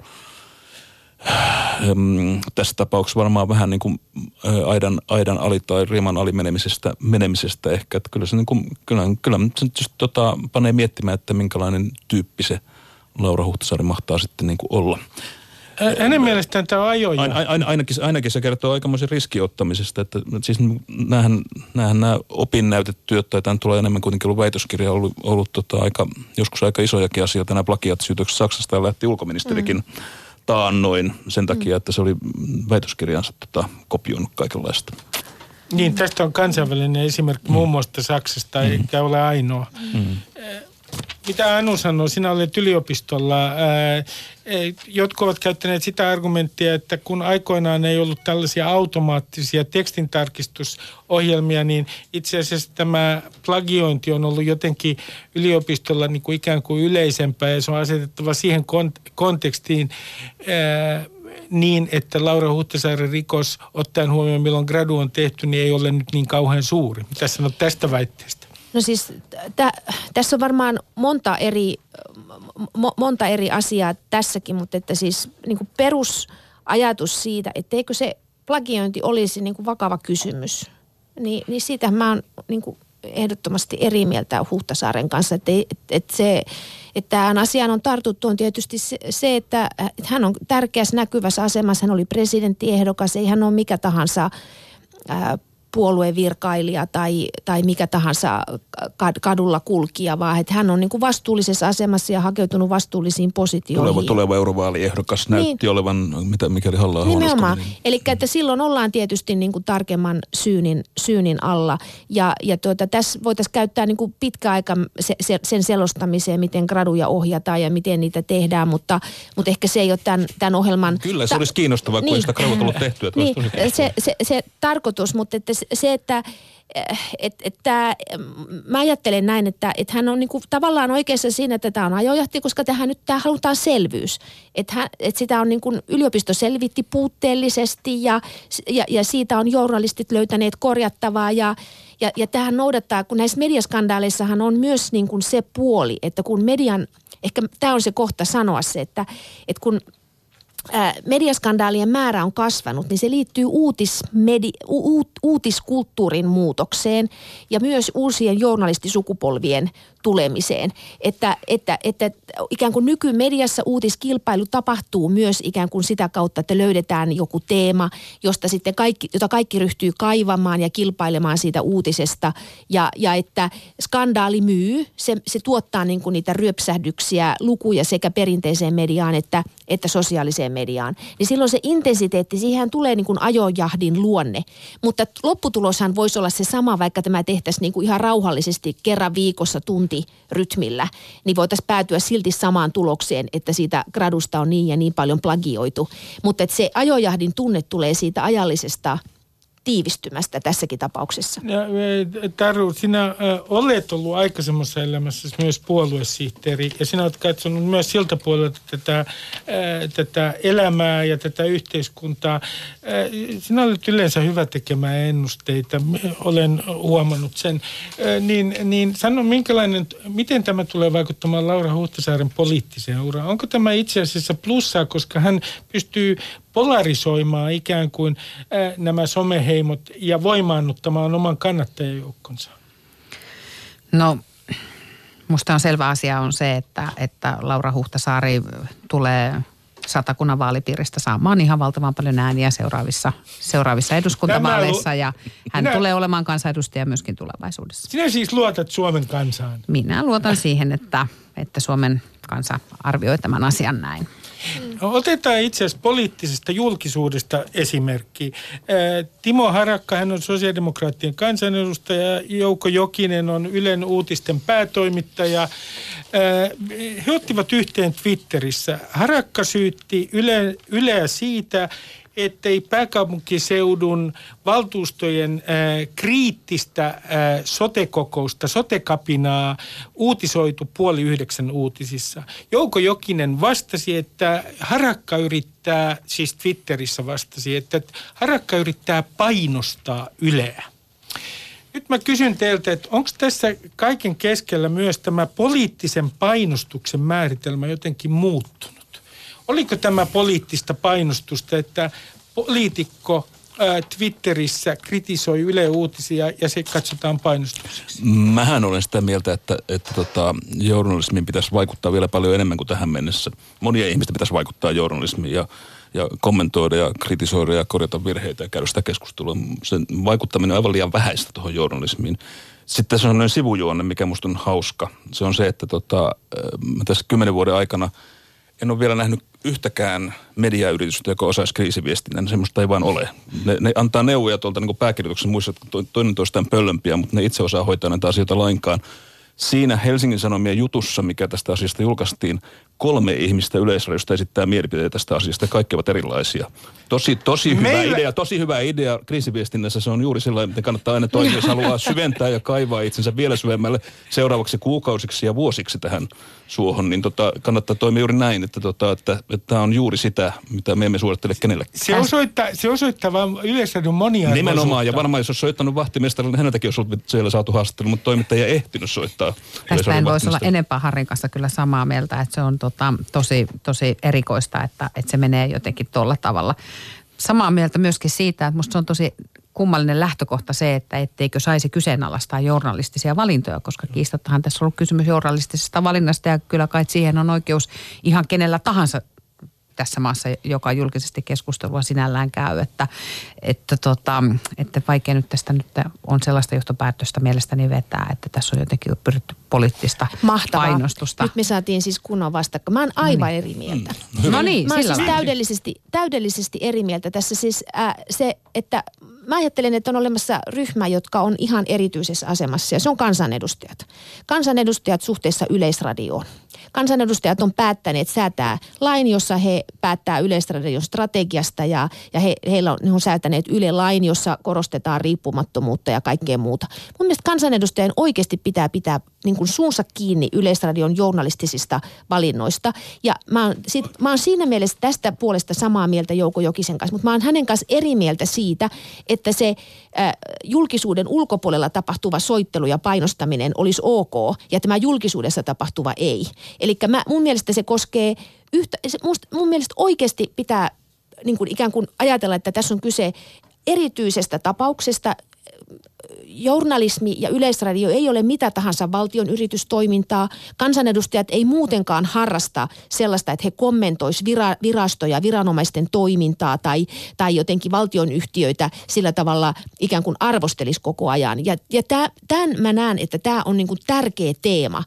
Speaker 5: tässä tapauksessa varmaan vähän niin kuin aidan ali tai rieman ali menemisestä ehkä. Että kyllä se niin kuin, kyllä se just panee miettimään, että minkälainen tyyppi se Laura Huhtasaari mahtaa sitten niin kuin olla.
Speaker 3: Hänen mielestään tämä on ajoja.
Speaker 5: Ainakin se kertoo aikamoisen riskiottamisesta, että siis nämä opinnäytetyöt, tai tämän tulee enemmän kuitenkin ollut väitöskirja, ollut joskus aika isojakin asioita. Nämä plagiaatisyytökset Saksasta lähti ulkoministerikin taannoin sen takia, että se oli väitöskirjansa kopioinut kaikenlaista.
Speaker 3: Niin, tästä on kansainvälinen esimerkki muun muassa Saksasta, eikä ole ainoa. Mitä Anu sanoo, sinä olet yliopistolla. Jotkut ovat käyttäneet sitä argumenttia, että kun aikoinaan ei ollut tällaisia automaattisia tekstintarkistusohjelmia, niin itse asiassa tämä plagiointi on ollut jotenkin yliopistolla niin kuin ikään kuin yleisempää ja se on asetettava siihen kontekstiin niin, että Laura Huhtasaaren rikos, ottaen huomioon milloin gradu on tehty, niin ei ole nyt niin kauhean suuri. Mitä sanot tästä väitteestä?
Speaker 6: No siis tässä on varmaan monta eri asiaa tässäkin, mutta että siis niin kuin perusajatus siitä, etteikö se plagiointi olisi niin kuin vakava kysymys, niin siitä mä oon niin kuin ehdottomasti eri mieltä Huhtasaaren kanssa, että tähän asiaan on tartuttu on tietysti se, että hän on tärkeässä näkyvässä asemassa, hän oli presidenttiehdokas, ei hän ole mikä tahansa puoluevirkailija tai mikä tahansa kadulla kulkija, vaan että hän on niin kuin vastuullisessa asemassa ja hakeutunut vastuullisiin positioihin.
Speaker 5: Tuleva eurovaaliehdokas näytti olevan, mikäli Halla-aho
Speaker 6: nimenomaan. Eli että silloin ollaan tietysti niin kuin tarkemman syynin alla. Ja tässä voitaisiin käyttää niin kuin pitkä aika sen selostamiseen, miten graduja ohjataan ja miten niitä tehdään, mutta ehkä se ei ole tämän ohjelman...
Speaker 5: Kyllä, se olisi kiinnostavaa, kun ei sitä gradut ollut tehty.
Speaker 6: Niin, se tarkoitus, mutta että se, että mä ajattelen näin, että hän on niinku tavallaan oikeassa siinä, että tämä on ajojahti, koska tähän halutaan selvyys. Että sitä on niinku yliopisto selvitti puutteellisesti ja siitä on journalistit löytäneet korjattavaa ja tähän noudattaa, kun näissä mediaskandaaleissahan on myös niinku se puoli, että kun median, ehkä tämä on se kohta sanoa se, että kun mediaskandaalien määrä on kasvanut, niin se liittyy uutiskulttuurin muutokseen ja myös uusien journalistisukupolvien tulemiseen. Että ikään kuin nykymediassa uutiskilpailu tapahtuu myös ikään kuin sitä kautta, että löydetään joku teema, jota kaikki ryhtyy kaivamaan ja kilpailemaan siitä uutisesta. Ja että skandaali myy, se tuottaa niin kuin niitä ryöpsähdyksiä, lukuja sekä perinteiseen mediaan että sosiaaliseen mediaan. Niin silloin se intensiteetti, siihen tulee niin kuin ajojahdin luonne. Mutta lopputuloshan voisi olla se sama, vaikka tämä tehtäisiin niin kuin ihan rauhallisesti kerran viikossa tuntirytmillä, niin voitaisiin päätyä silti samaan tulokseen, että siitä gradusta on niin ja niin paljon plagioitu. Mutta että se ajojahdin tunne tulee siitä ajallisesta tiivistymästä tässäkin tapauksessa.
Speaker 3: Taru, sinä olet ollut aikaisemmassa elämässä myös puoluesihteeri ja sinä olet katsonut myös siltä puolelta tätä elämää ja tätä yhteiskuntaa. Sinä olet yleensä hyvä tekemään ennusteita, olen huomannut sen. Niin sano, miten tämä tulee vaikuttamaan Laura Huhtasaaren poliittiseen uraan? Onko tämä itse asiassa plussaa, koska hän pystyy polarisoimaan ikään kuin nämä someheimot ja voimaannuttamaan oman kannattajajoukkonsa?
Speaker 4: No, musta on selvä asia on se, että Laura Huhtasaari tulee Satakunnan vaalipiiristä saamaan ihan valtavan paljon ääniä seuraavissa eduskuntavaaleissa ja hän tulee olemaan kansanedustaja myöskin tulevaisuudessa.
Speaker 3: Sinä siis luotat Suomen kansaan?
Speaker 4: Minä luotan siihen, että Suomen kansa arvioi tämän asian näin.
Speaker 3: No, otetaan itse asiassa poliittisesta julkisuudesta esimerkki. Timo Harakka, hän on sosiaalidemokraattien kansanedustaja, Jouko Jokinen on Ylen uutisten päätoimittaja. He ottivat yhteen Twitterissä. Harakka syytti Yleä siitä, ettei pääkaupunkiseudun valtuustojen kriittistä sote-kokousta, sote-kapinaa uutisoitu 8:30 uutisissa. Jouko Jokinen vastasi, että Harakka yrittää, siis Twitterissä vastasi, että Harakka yrittää painostaa Yleä. Nyt mä kysyn teiltä, että onko tässä kaiken keskellä myös tämä poliittisen painostuksen määritelmä jotenkin muuttunut? Oliko tämä poliittista painostusta, että poliitikko Twitterissä kritisoi Yle Uutisia ja se katsotaan painostukseksi?
Speaker 5: Mähän olen sitä mieltä, että journalismiin pitäisi vaikuttaa vielä paljon enemmän kuin tähän mennessä. Monia ihmistä pitäisi vaikuttaa journalismiin ja kommentoida ja kritisoida ja korjata virheitä ja käydä sitä keskustelua. Sen vaikuttaminen on aivan liian vähäistä tuohon journalismiin. Sitten tässä on sellainen sivujuonne, mikä musta on hauska. Se on se, että tässä 10 vuoden aikana en ole vielä nähnyt yhtäkään mediayritystä, joka osaisi kriisiviestinnän. Semmoista ei vaan ole. Ne antaa neuvoja tuolta niin kuin pääkirjoituksen muissa, että toinen toistaan pöllömpiä, mutta ne itse osaa hoitaa näitä asioita lainkaan. Siinä Helsingin Sanomien jutussa, mikä tästä asiasta julkaistiin, 3 ihmistä Yleisradiosta esittää mielipiteitä tästä asiasta. Kaikki ovat erilaisia. Tosi hyvä idea kriisiviestinnässä. Se on juuri sellainen, että kannattaa aina toimia, jos haluaa syventää ja kaivaa itsensä vielä syvemmälle seuraavaksi kuukausiksi ja vuosiksi tähän suohon. Niin kannattaa toimia juuri näin, että tämä on juuri sitä, mitä me emme suorittele kenellekään.
Speaker 3: Se osoittaa vaan Yleisradion moniarvoisuutta.
Speaker 5: Nimenomaan, ja varmaan jos olisi soittanut vahtimestarille, niin häneltäkin olisi ollut siellä saatu haastattelu, mutta toimittaja ei ehtinyt soittaa.
Speaker 4: Tästä en voisi olla enempää Harrin kanssa kyllä samaa mieltä, että se on tosi erikoista, että se menee jotenkin tuolla tavalla. Samaa mieltä myöskin siitä, että musta se on tosi kummallinen lähtökohta se, että etteikö saisi kyseenalaistaa journalistisia valintoja, koska kiistattahan tässä on ollut kysymys journalistisesta valinnasta ja kyllä kai siihen on oikeus ihan kenellä tahansa tässä maassa, joka julkisesti keskustelua sinällään käy, että vaikea nyt tästä nyt on sellaista johtopäätöstä mielestäni vetää, että tässä on jotenkin pyritty poliittista painostusta.
Speaker 6: Nyt me saatiin siis kunnon vastakka. Mä oon aivan eri mieltä.
Speaker 4: No niin,
Speaker 6: mä oon siis täydellisesti eri mieltä. Tässä siis se, että mä ajattelen, että on olemassa ryhmä, jotka on ihan erityisessä asemassa ja se on kansanedustajat. Kansanedustajat suhteessa Yleisradioon. Kansanedustajat on päättäneet säätää lain, jossa he päättää Yleisradion strategiasta ja he on säätäneet Yle-lain, jossa korostetaan riippumattomuutta ja kaikkea muuta. Mun mielestä kansanedustajien oikeasti pitää niin kuin suunsa kiinni Yleisradion journalistisista valinnoista. Ja mä oon siinä mielessä tästä puolesta samaa mieltä Jouko Jokisen kanssa, mutta mä oon hänen kanssa eri mieltä siitä, että se julkisuuden ulkopuolella tapahtuva soittelu ja painostaminen olisi ok ja tämä julkisuudessa tapahtuva ei. Eli mun mielestä se koskee mun mielestä oikeasti pitää niin kuin ikään kuin ajatella, että tässä on kyse erityisestä tapauksesta. Journalismi ja Yleisradio ei ole mitä tahansa valtion yritystoimintaa. Kansanedustajat ei muutenkaan harrasta sellaista, että he kommentoisivat virastoja, viranomaisten toimintaa tai jotenkin valtionyhtiöitä sillä tavalla ikään kuin arvostelisi koko ajan. Ja tämän mä näen, että tämä on niin kuin tärkeä teema.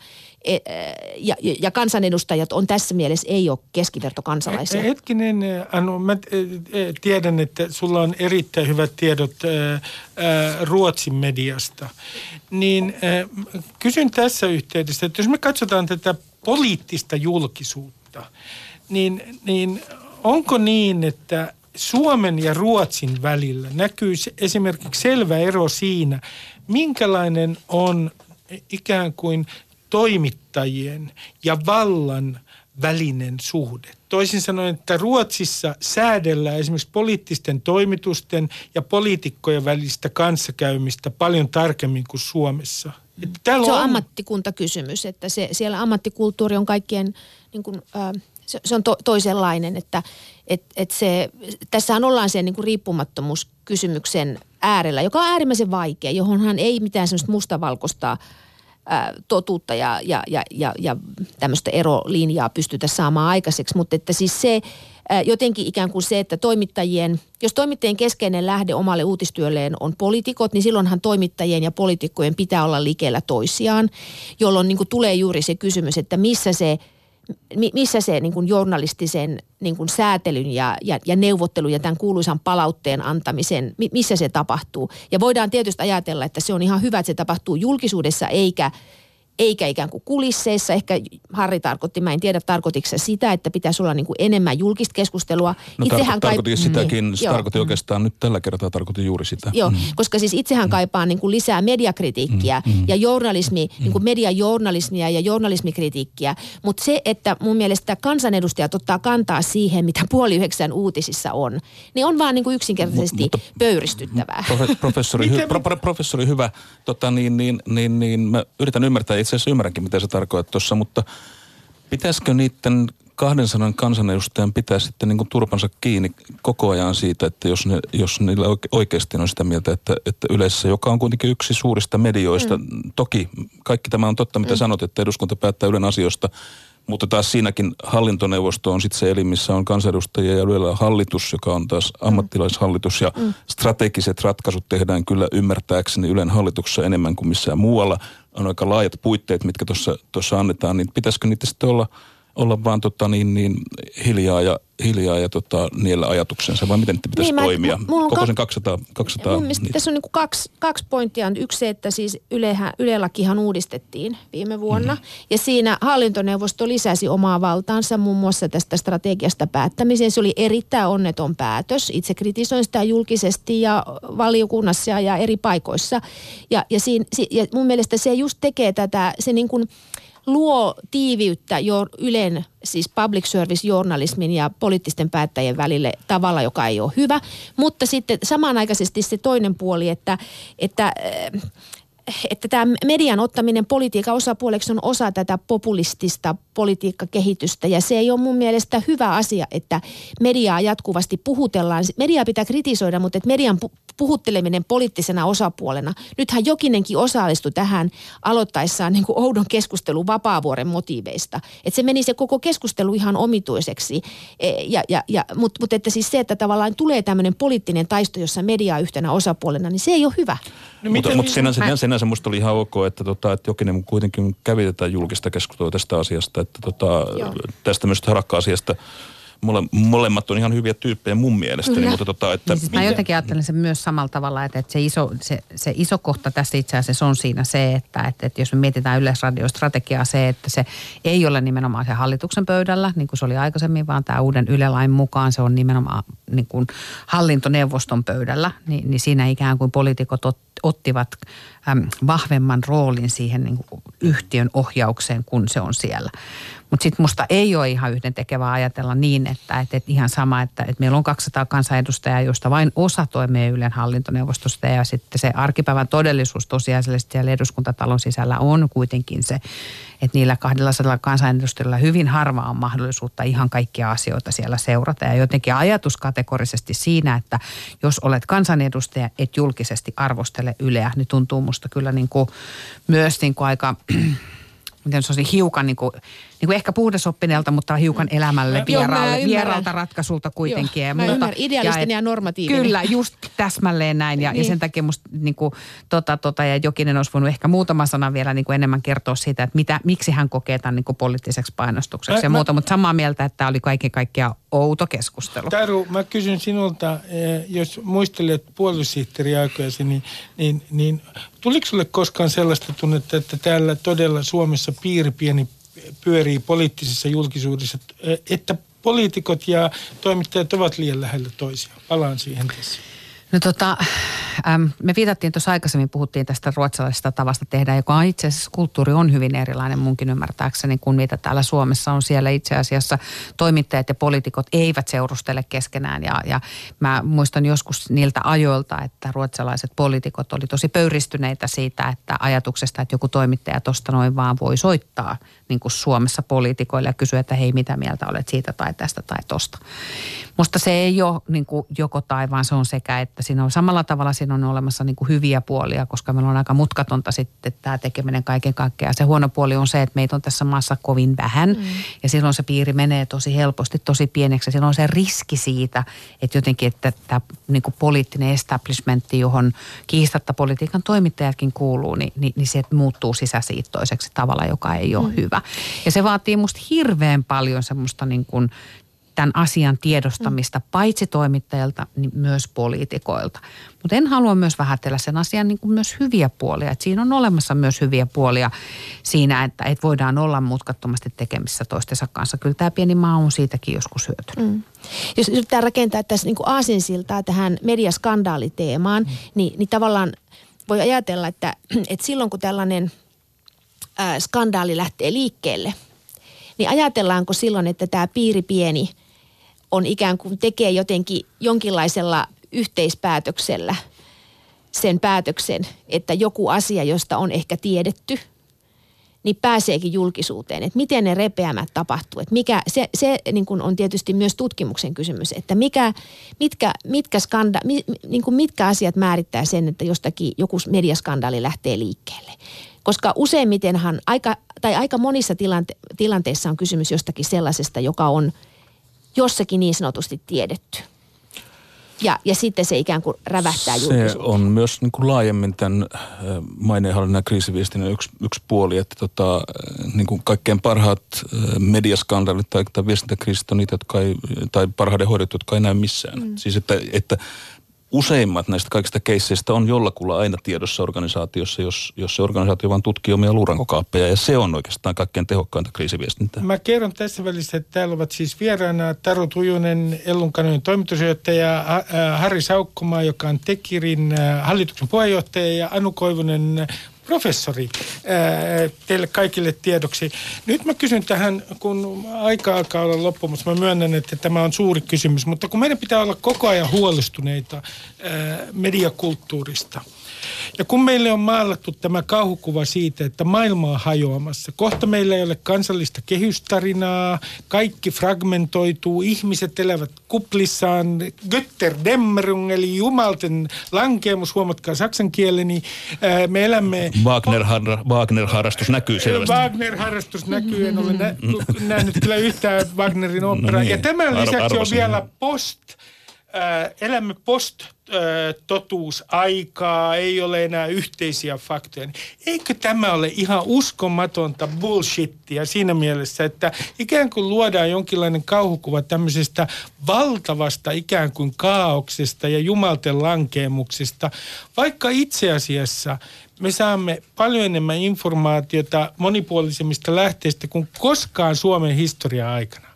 Speaker 6: Ja kansanedustajat on tässä mielessä ei ole keskivertokansalaisia.
Speaker 3: Hetkinen, Anu, mä tiedän, että sulla on erittäin hyvät tiedot Ruotsin mediasta. Niin kysyn tässä yhteydessä, että jos me katsotaan tätä poliittista julkisuutta, niin onko niin, että Suomen ja Ruotsin välillä näkyy esimerkiksi selvä ero siinä, minkälainen on ikään kuin toimittajien ja vallan välinen suhde. Toisin sanoen, että Ruotsissa säädellään esimerkiksi poliittisten toimitusten ja poliitikkojen välistä kanssakäymistä paljon tarkemmin kuin Suomessa.
Speaker 6: Se on ammattikuntakysymys, että siellä ammattikulttuuri on kaikkien, niin kuin, se on toisenlainen, että tässähän ollaan sen niin kuin riippumattomuuskysymyksen äärellä, joka on äärimmäisen vaikea, johonhan ei mitään semmoista mustavalkoista totuutta ja tämmöistä erolinjaa pystytä saamaan aikaiseksi, mutta että siis se jotenkin ikään kuin se, että jos toimittajien keskeinen lähde omalle uutistyölleen on poliitikot, niin silloinhan toimittajien ja poliitikkojen pitää olla likellä toisiaan, jolloin niin kuin tulee juuri se kysymys, että missä se niin kuin journalistisen niin kuin säätelyn ja neuvottelun ja tämän kuuluisan palautteen antamisen, missä se tapahtuu. Ja voidaan tietysti ajatella, että se on ihan hyvä, että se tapahtuu julkisuudessa eikä ikään kuin kulisseissa. Ehkä Harri tarkoitti, mä en tiedä tarkoitiko se sitä, että pitäisi olla niin kuin enemmän julkista keskustelua.
Speaker 5: No tarkoitin sitäkin, se tarkoitti oikeastaan nyt tällä kertaa tarkoitin juuri sitä.
Speaker 6: Joo, koska siis itsehän kaipaa niin kuin lisää mediakritiikkiä ja journalismi, niin kuin mediajournalismia ja journalismikritiikkiä. Mutta se, että mun mielestä kansanedustajat ottaa kantaa siihen, mitä 8:30 uutisissa on, niin on vaan niin kuin yksinkertaisesti pöyristyttävää.
Speaker 5: Professori hyvä, mä yritän ymmärtää. Itse asiassa ymmärränkin, mitä se tarkoittaa tuossa, mutta pitäisikö niiden 200 kansanedustajan pitää sitten niin kuin turpansa kiinni koko ajan siitä, että jos niillä oikeasti on sitä mieltä, että Yleisessä, joka on kuitenkin yksi suurista medioista, toki kaikki tämä on totta, mitä sanot, että eduskunta päättää Ylen asioista, mutta taas siinäkin hallintoneuvosto on sitten se elin, missä on kansanedustajia ja Ylellä hallitus, joka on taas ammattilaishallitus ja strategiset ratkaisut tehdään kyllä ymmärtääkseni Ylen hallituksessa enemmän kuin missään muualla. On aika laajat puitteet, mitkä tuossa annetaan, niin pitäisikö niitä sitten olla vaan hiljaa ja niillä ajatuksensa, vai miten niitä pitäisi toimia? Koko sen 200
Speaker 6: mun mielestä tässä on niin kuin kaksi pointtia. Yksi se, että siis Yle-lakihan uudistettiin viime vuonna, ja siinä hallintoneuvosto lisäsi omaa valtaansa muun muassa tästä strategiasta päättämiseen. Se oli erittäin onneton päätös. Itse kritisoin sitä julkisesti ja valiokunnassa ja eri paikoissa. Ja mun mielestä se just tekee tätä, se niin kuin luo tiiviyttä Ylen, siis public service journalismin ja poliittisten päättäjien välille tavalla, joka ei ole hyvä. Mutta sitten samanaikaisesti se toinen puoli, että tämä median ottaminen politiikan osapuoleksi on osa tätä populistista politiikkakehitystä. Ja se ei ole mun mielestä hyvä asia, että mediaa jatkuvasti puhutellaan. Mediaa pitää kritisoida, mutta että median puhutteleminen poliittisena osapuolena. Nythän Jokinenkin osallistui tähän aloittaessaan niin kuin oudon keskustelun Vapaavuoren motiiveista. Että se meni se koko keskustelu ihan omituiseksi. Mutta että siis se, että tavallaan tulee tämmöinen poliittinen taisto, jossa media yhtenä osapuolena, niin se ei ole hyvä.
Speaker 5: No, mutta sinänsä musta oli ihan ok, että Jokinen kuitenkin kävi tätä julkista keskustelua tästä asiasta, että tästä myös Harakka-asiasta. Molemmat on ihan hyviä tyyppejä mun mielestäni, mutta että...
Speaker 4: Niin siis mä jotenkin ajattelen sen myös samalla tavalla, että se iso kohta tässä itse asiassa on siinä se, että jos me mietitään Yleisradiostrategiaa se, että se ei ole nimenomaan se hallituksen pöydällä, niin kuin se oli aikaisemmin, vaan tämä uuden Yle-lain mukaan se on nimenomaan niin kuin hallintoneuvoston pöydällä, niin siinä ikään kuin poliitikot ottivat vahvemman roolin siihen niin kuin yhtiön ohjaukseen, kun se on siellä. Mutta sitten musta ei ole ihan yhdentekevää ajatella niin, että ihan sama, että meillä on 200 kansanedustajaa, joista vain osa toimii Ylen hallintoneuvostosta ja sitten se arkipäivän todellisuus tosiasiallisesti siellä eduskuntatalon sisällä on kuitenkin se, että niillä 200 kansanedustajilla hyvin harva on mahdollisuutta ihan kaikkia asioita siellä seurata. Ja jotenkin ajatus kategorisesti siinä, että jos olet kansanedustaja, et julkisesti arvostele Yleä, niin tuntuu musta kyllä niin kuin myös niin kuin aika... miten se olisi hiukan niin kuin ehkä puhdasoppineelta, mutta hiukan elämälle vieraalta ratkaisulta kuitenkin.
Speaker 6: Joo, mä ymmärrän. Idealistinen ja normatiivinen.
Speaker 4: Kyllä, just täsmällleen näin. Ja sen takia musta niin kuin, ja Jokinen olisi voinut ehkä muutama sana vielä niin kuin enemmän kertoa siitä, että miksi hän kokee tämän niin kuin poliittiseksi painostukseksi ja muuta. Mutta samaa mieltä, että tämä oli kaiken kaikkiaan outo keskustelu.
Speaker 3: Taru, mä kysyn sinulta, jos muistelet puoluesihteeriaikoisi, niin tuliko sulle koskaan sellaista tunnetta, että täällä todella Suomessa pieni pyörii poliittisessa julkisuudessa, että poliitikot ja toimittajat ovat liian lähellä toisiaan? Palaan siihen tässä.
Speaker 4: No me viitattiin tuossa aikaisemmin, puhuttiin tästä ruotsalaisesta tavasta tehdä, joka on itse asiassa kulttuuri on hyvin erilainen munkin ymmärtääkseni kuin mitä täällä Suomessa on. Siellä itse asiassa toimittajat ja poliitikot eivät seurustele keskenään ja mä muistan joskus niiltä ajoilta, että ruotsalaiset poliitikot oli tosi pöyristyneitä siitä, että ajatuksesta, että joku toimittaja tuosta noin vaan voi soittaa niin kuin Suomessa poliitikoille ja kysyä, että hei, mitä mieltä olet siitä tai tästä tai tosta. Musta se ei ole niin kuin joko tai, vaan se on sekä, että siinä on samalla tavalla siinä on olemassa niin kuin hyviä puolia, koska meillä on aika mutkatonta sitten tämä tekeminen kaiken kaikkiaan. Se huono puoli on se, että meitä on tässä maassa kovin vähän ja silloin se piiri menee tosi helposti, tosi pieneksi. Silloin on se riski siitä, että jotenkin, että tämä niin kuin poliittinen establishmentti, johon kiistatta politiikan toimittajatkin kuuluu, niin se muuttuu sisäsiittoiseksi tavalla, joka ei ole hyvä. Ja se vaatii musta hirveän paljon semmoista niin kuin tämän asian tiedostamista paitsi toimittajilta, niin myös poliitikoilta. Mutta en halua myös vähätellä sen asian niin kuin myös hyviä puolia. Et siinä on olemassa myös hyviä puolia siinä, että voidaan olla mutkattomasti tekemissä toistensa kanssa. Kyllä tämä pieni maa on siitäkin joskus hyötynyt.
Speaker 6: Jos yritetään rakentaa tässä niin kuin aasinsiltaa tähän mediaskandaaliteemaan, niin tavallaan voi ajatella, että silloin kun tällainen skandaali lähtee liikkeelle, niin ajatellaanko silloin, että tämä piiri pieni on ikään kuin tekee jotenkin jonkinlaisella yhteispäätöksellä sen päätöksen, että joku asia, josta on ehkä tiedetty, niin pääseekin julkisuuteen. Että miten ne repeämät tapahtuu. Että se niin kuin on tietysti myös tutkimuksen kysymys, että mitkä asiat määrittää sen, että jostakin joku mediaskandaali lähtee liikkeelle. Koska useimmitenhan aika monissa tilanteissa on kysymys jostakin sellaisesta, joka on jossakin niin sanotusti tiedetty. Ja sitten se ikään kuin rävähtää julkisuuteen. Se
Speaker 5: on myös niin kuin laajemmin tämän maineenhallinnan kriisiviestinnän yksi puoli, että niin kuin kaikkein parhaat mediaskandaalit tai viestintäkriisit on niitä, tai parhaiden hoidot, jotka ei näy missään. Siis että useimmat näistä kaikista keisseistä on jollakulla aina tiedossa organisaatiossa, jos se organisaatio vaan tutkii omia luurankokaappeja, ja se on oikeastaan kaikkein tehokkainta kriisiviestintää. Mä
Speaker 3: kerron tässä välissä, että täällä ovat siis vieraana Taru Tujunen, Ellun Kanojen toimitusjohtaja, Harri Saukkomaa, joka on Tekirin hallituksen puheenjohtaja, ja Anu Koivunen, professori, teille kaikille tiedoksi. Nyt mä kysyn tähän, kun aika alkaa olla loppumassa, mä myönnän, että tämä on suuri kysymys, mutta kun meidän pitää olla koko ajan huolestuneita mediakulttuurista. Ja kun meille on maalattu tämä kauhukuva siitä, että maailma on hajoamassa, kohta meillä ei ole kansallista kehystarinaa, kaikki fragmentoituu, ihmiset elävät kuplissaan, Götterdämmerung, eli jumalten lankeemus, huomatkaa saksan kieleni, me elämme...
Speaker 5: Wagner-harrastus näkyy selvästi.
Speaker 3: Wagner-harrastus näkyy, en ole nähnyt kyllä yhtään Wagnerin operaa. No niin. Ja tämän lisäksi on vielä elämme post-totuusaikaa, ei ole enää yhteisiä faktoja. Eikö tämä ole ihan uskomatonta bullshittia siinä mielessä, että ikään kuin luodaan jonkinlainen kauhukuva tämmöisestä valtavasta ikään kuin kaauksesta ja jumalten lankeemuksesta, vaikka itse asiassa me saamme paljon enemmän informaatiota monipuolisemmista lähteistä kuin koskaan Suomen historian aikana.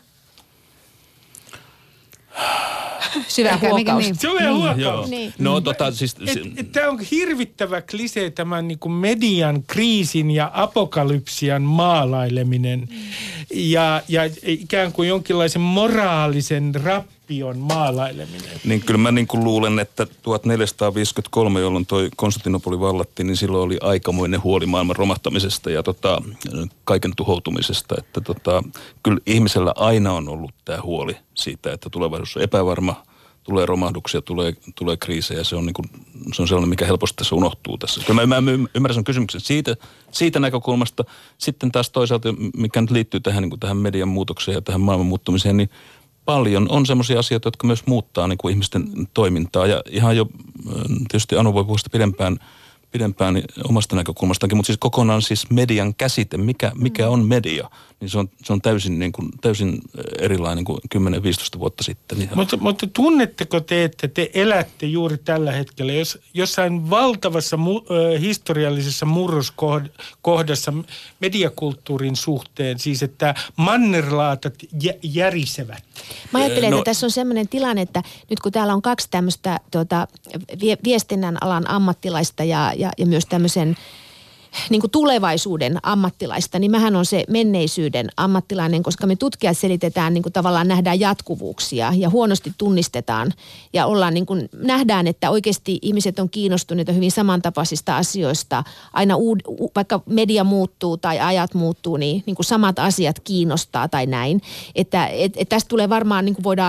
Speaker 6: Syvä huokaus.
Speaker 3: Syvä huokaus.
Speaker 6: Niin.
Speaker 5: No siis...
Speaker 3: Tämä on hirvittävä klisee, tämän niin kuin median kriisin ja apokalypsian maalaileminen ja ikään kuin jonkinlaisen moraalisen rappion maalaileminen.
Speaker 5: Niin kyllä mä niin kuin luulen, että 1453, jolloin toi Konstantinopoli vallattiin, niin silloin oli aikamoinen huoli maailman romahtamisesta ja kaiken tuhoutumisesta. Että kyllä ihmisellä aina on ollut tämä huoli siitä, että tulevaisuus on epävarma, tulee romahduksia, tulee kriisejä. Se on sellainen, mikä helposti tässä unohtuu tässä. Kyllä mä ymmärrän sen kysymyksen siitä näkökulmasta. Sitten taas toisaalta, mikä nyt liittyy tähän, niin kuin tähän median muutokseen ja tähän maailman muuttumiseen, niin paljon on semmoisia asioita, jotka myös muuttaa niin kuin ihmisten toimintaa. Ja ihan jo tietysti Anu voi puhua sitä pidempään omasta näkökulmastakin, mutta siis kokonaan siis median käsite, mikä on media, niin se on täysin erilainen kuin 10-15 vuotta sitten.
Speaker 3: Mutta tunnetteko te, että te elätte juuri tällä hetkellä jossain valtavassa historiallisessa murroskohdassa mediakulttuurin suhteen, siis että mannerlaatat järisevät?
Speaker 6: Mä ajattelen, että tässä on sellainen tilanne, että nyt kun täällä on kaksi tämmöistä viestinnän alan ammattilaista ja myös tämmöisen niin kuin tulevaisuuden ammattilaista, niin mähän on se menneisyyden ammattilainen, koska me tutkijat selitetään, niin kuin tavallaan nähdään jatkuvuuksia ja huonosti tunnistetaan ja ollaan niin kuin, nähdään, että oikeasti ihmiset on kiinnostuneita hyvin samantapaisista asioista. Aina vaikka media muuttuu tai ajat muuttuu, niin kuin samat asiat kiinnostaa tai näin. Että tästä tulee varmaan, niin kuin voidaan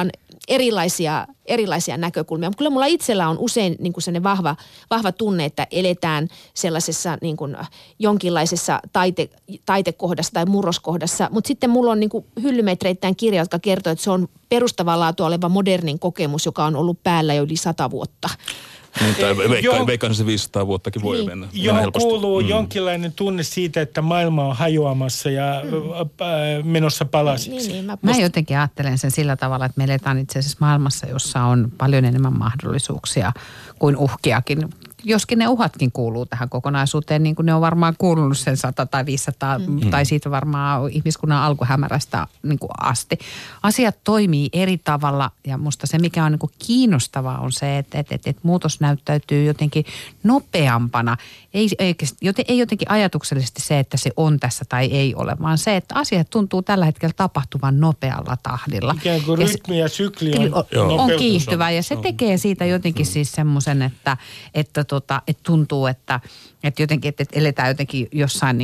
Speaker 6: erilaisia näkökulmia. Kyllä mulla itsellä on usein niin kuin sellainen vahva tunne, että eletään sellaisessa niin kuin jonkinlaisessa taitekohdassa tai murroskohdassa. Mutta sitten mulla on niin kuin hyllymetreittäin kirja, jotka kertoo, että se on perustavaa laatua oleva modernin kokemus, joka on ollut päällä jo yli 100 vuotta.
Speaker 5: Niin, tai veikkaan se 500 vuottakin voi mennä.
Speaker 3: Johon kuuluu jonkinlainen tunne siitä, että maailma on hajoamassa ja menossa palasiksi.
Speaker 4: Mä jotenkin ajattelen sen sillä tavalla, että me eletään itse asiassa maailmassa, jossa on paljon enemmän mahdollisuuksia kuin uhkiakin. Joskin ne uhatkin kuuluu tähän kokonaisuuteen, niin kuin ne on varmaan kuulunut sen 100 tai 500, tai siitä varmaan ihmiskunnan alkuhämärästä niin kuin asti. Asiat toimii eri tavalla, ja musta se, mikä on niin kuin kiinnostavaa, on se, että muutos näyttäytyy jotenkin nopeampana. Ei jotenkin ajatuksellisesti se, että se on tässä tai ei ole, vaan se, että asiat tuntuu tällä hetkellä tapahtuvan nopealla tahdilla.
Speaker 3: Ikään kuin rytmi ja sykli
Speaker 4: on kiihtyvä, ja se tekee siitä jotenkin siis semmoisen, että tuntuu, että jotenkin, että eletään jotenkin jossain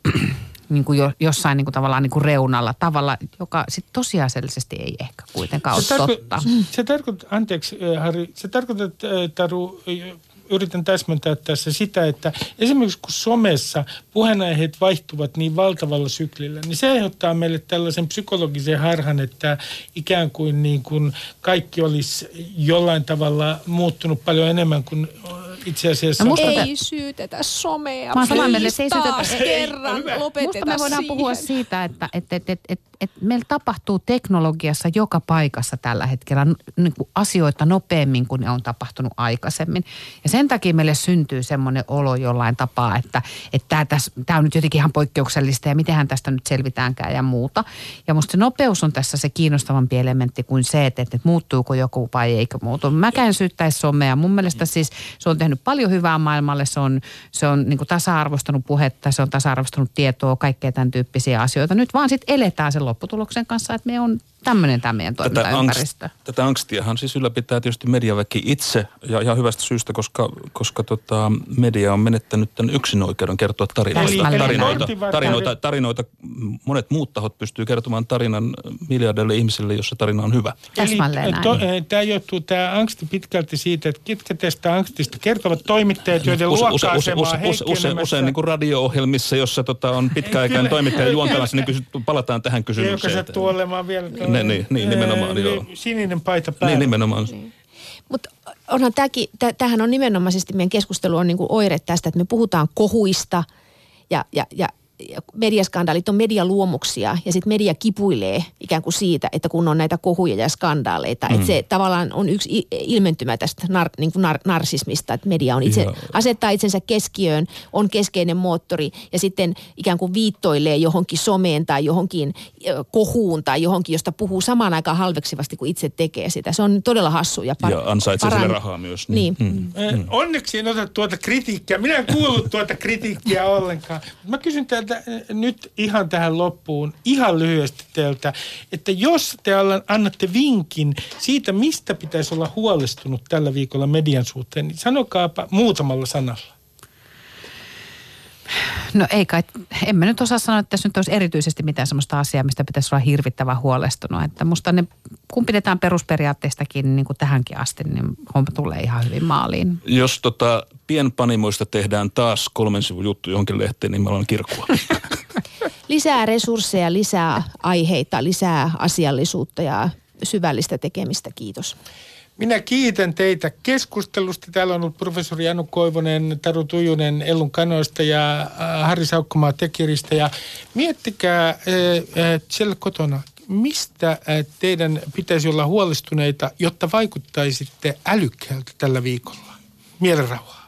Speaker 4: jossain niin kuin tavallaan niin kuin reunalla tavalla, joka sitten tosiasiallisesti ei ehkä kuitenkaan ole totta.
Speaker 3: Se tarkoittaa, anteeksi Harri, se tarkoittaa, Taru, yritän täsmentää tässä sitä, että esimerkiksi kun somessa puheenaiheet vaihtuvat niin valtavalla syklillä, niin se aiheuttaa meille tällaisen psykologisen harhan, että ikään kuin kaikki olisi jollain tavalla muuttunut paljon enemmän kuin itse asiassa.
Speaker 6: No, ei syytetä somea. Taas kerran lopeteta
Speaker 4: musta me voidaan puhua siitä, että meillä tapahtuu teknologiassa joka paikassa tällä hetkellä niin kuin asioita nopeammin kuin ne on tapahtunut aikaisemmin. Ja sen takia meille syntyy semmoinen olo jollain tapaa, että tämä on nyt jotenkin ihan poikkeuksellista ja mitenhän tästä nyt selvitäänkään ja muuta. Ja musta se nopeus on tässä se kiinnostavampi elementti kuin se, että muuttuuko joku vai eikö muutu. Mäkään syyttäisi somea. Mun mielestä siis se on tehnyt paljon hyvää maailmalle. Se on niin kuin tasa-arvostanut puhetta, se on tasa-arvostanut tietoa, kaikkea tämän tyyppisiä asioita. Nyt vaan sitten eletään sen lopputuloksen kanssa, että me on tämmöinen tämä meidän toimintaympäristö.
Speaker 5: Tätä angstiahan siis ylläpitää tietysti mediaväki itse ja ihan hyvästä syystä, koska media on menettänyt tämän yksinoikeuden kertoa tarinoita. Monet muut tahot pystyy kertomaan tarinan miljardeille ihmisille, jossa tarina on hyvä.
Speaker 3: Tämä johtuu tämä angsti pitkälti siitä, että ketkä tästä angstista kertovat toimittajat, joiden luokka-asemaa heikkenemässä.
Speaker 5: Usein niin kuin radio-ohjelmissa, jossa on pitkäaikainen toimittaja juontamassa, niin palataan tähän kysymykseen.
Speaker 3: Joka sattuu olemaan vielä
Speaker 5: niin, nimenomaan, joo.
Speaker 3: Sininen paita päällä.
Speaker 5: Niin, nimenomaan.
Speaker 6: Mutta onhan tämähän on nimenomaisesti, meidän keskustelu on niinku oire tästä, että me puhutaan kohuista ja mediaskandaalit on medialuomuksia ja sitten media kipuilee ikään kuin siitä, että kun on näitä kohuja ja skandaaleita. Että se tavallaan on yksi ilmentymä tästä narsismista, että media on asettaa itsensä keskiöön, on keskeinen moottori ja sitten ikään kuin viittoilee johonkin someen tai johonkin kohuun tai johonkin, josta puhuu samaan aikaan halveksivasti, kun itse tekee sitä. Se on todella hassu. Ja
Speaker 5: ansaitsee sille rahaa myös.
Speaker 6: Niin.
Speaker 3: Onneksi en ota tuota kritiikkiä. Minä en kuullut tuota kritiikkiä ollenkaan. Mä kysyn nyt ihan tähän loppuun, ihan lyhyesti teiltä, että jos te annatte vinkin siitä, mistä pitäisi olla huolestunut tällä viikolla median suhteen, niin sanokaapa muutamalla sanalla.
Speaker 4: No ei kai, en mä nyt osaa sanoa, että tässä nyt olisi erityisesti mitään sellaista asiaa, mistä pitäisi olla hirvittävän huolestunut. Että musta kun pidetään perusperiaatteistakin niin kuin tähänkin asti, niin homma tulee ihan hyvin maaliin.
Speaker 5: Jos pienpanimoista tehdään taas 3 sivun juttu johonkin lehteen, niin me ollaan kirkkua.
Speaker 6: Lisää resursseja, lisää aiheita, lisää asiallisuutta ja syvällistä tekemistä. Kiitos.
Speaker 3: Minä kiitän teitä keskustelusta. Täällä on ollut professori Anu Koivunen, Taru Tujunen Ellun Kanoista ja Harri Saukkomaa Tekiristä. Ja miettikää siellä kotona, mistä teidän pitäisi olla huolestuneita, jotta vaikuttaisitte älykkäältä tällä viikolla. Mielenrauhaa.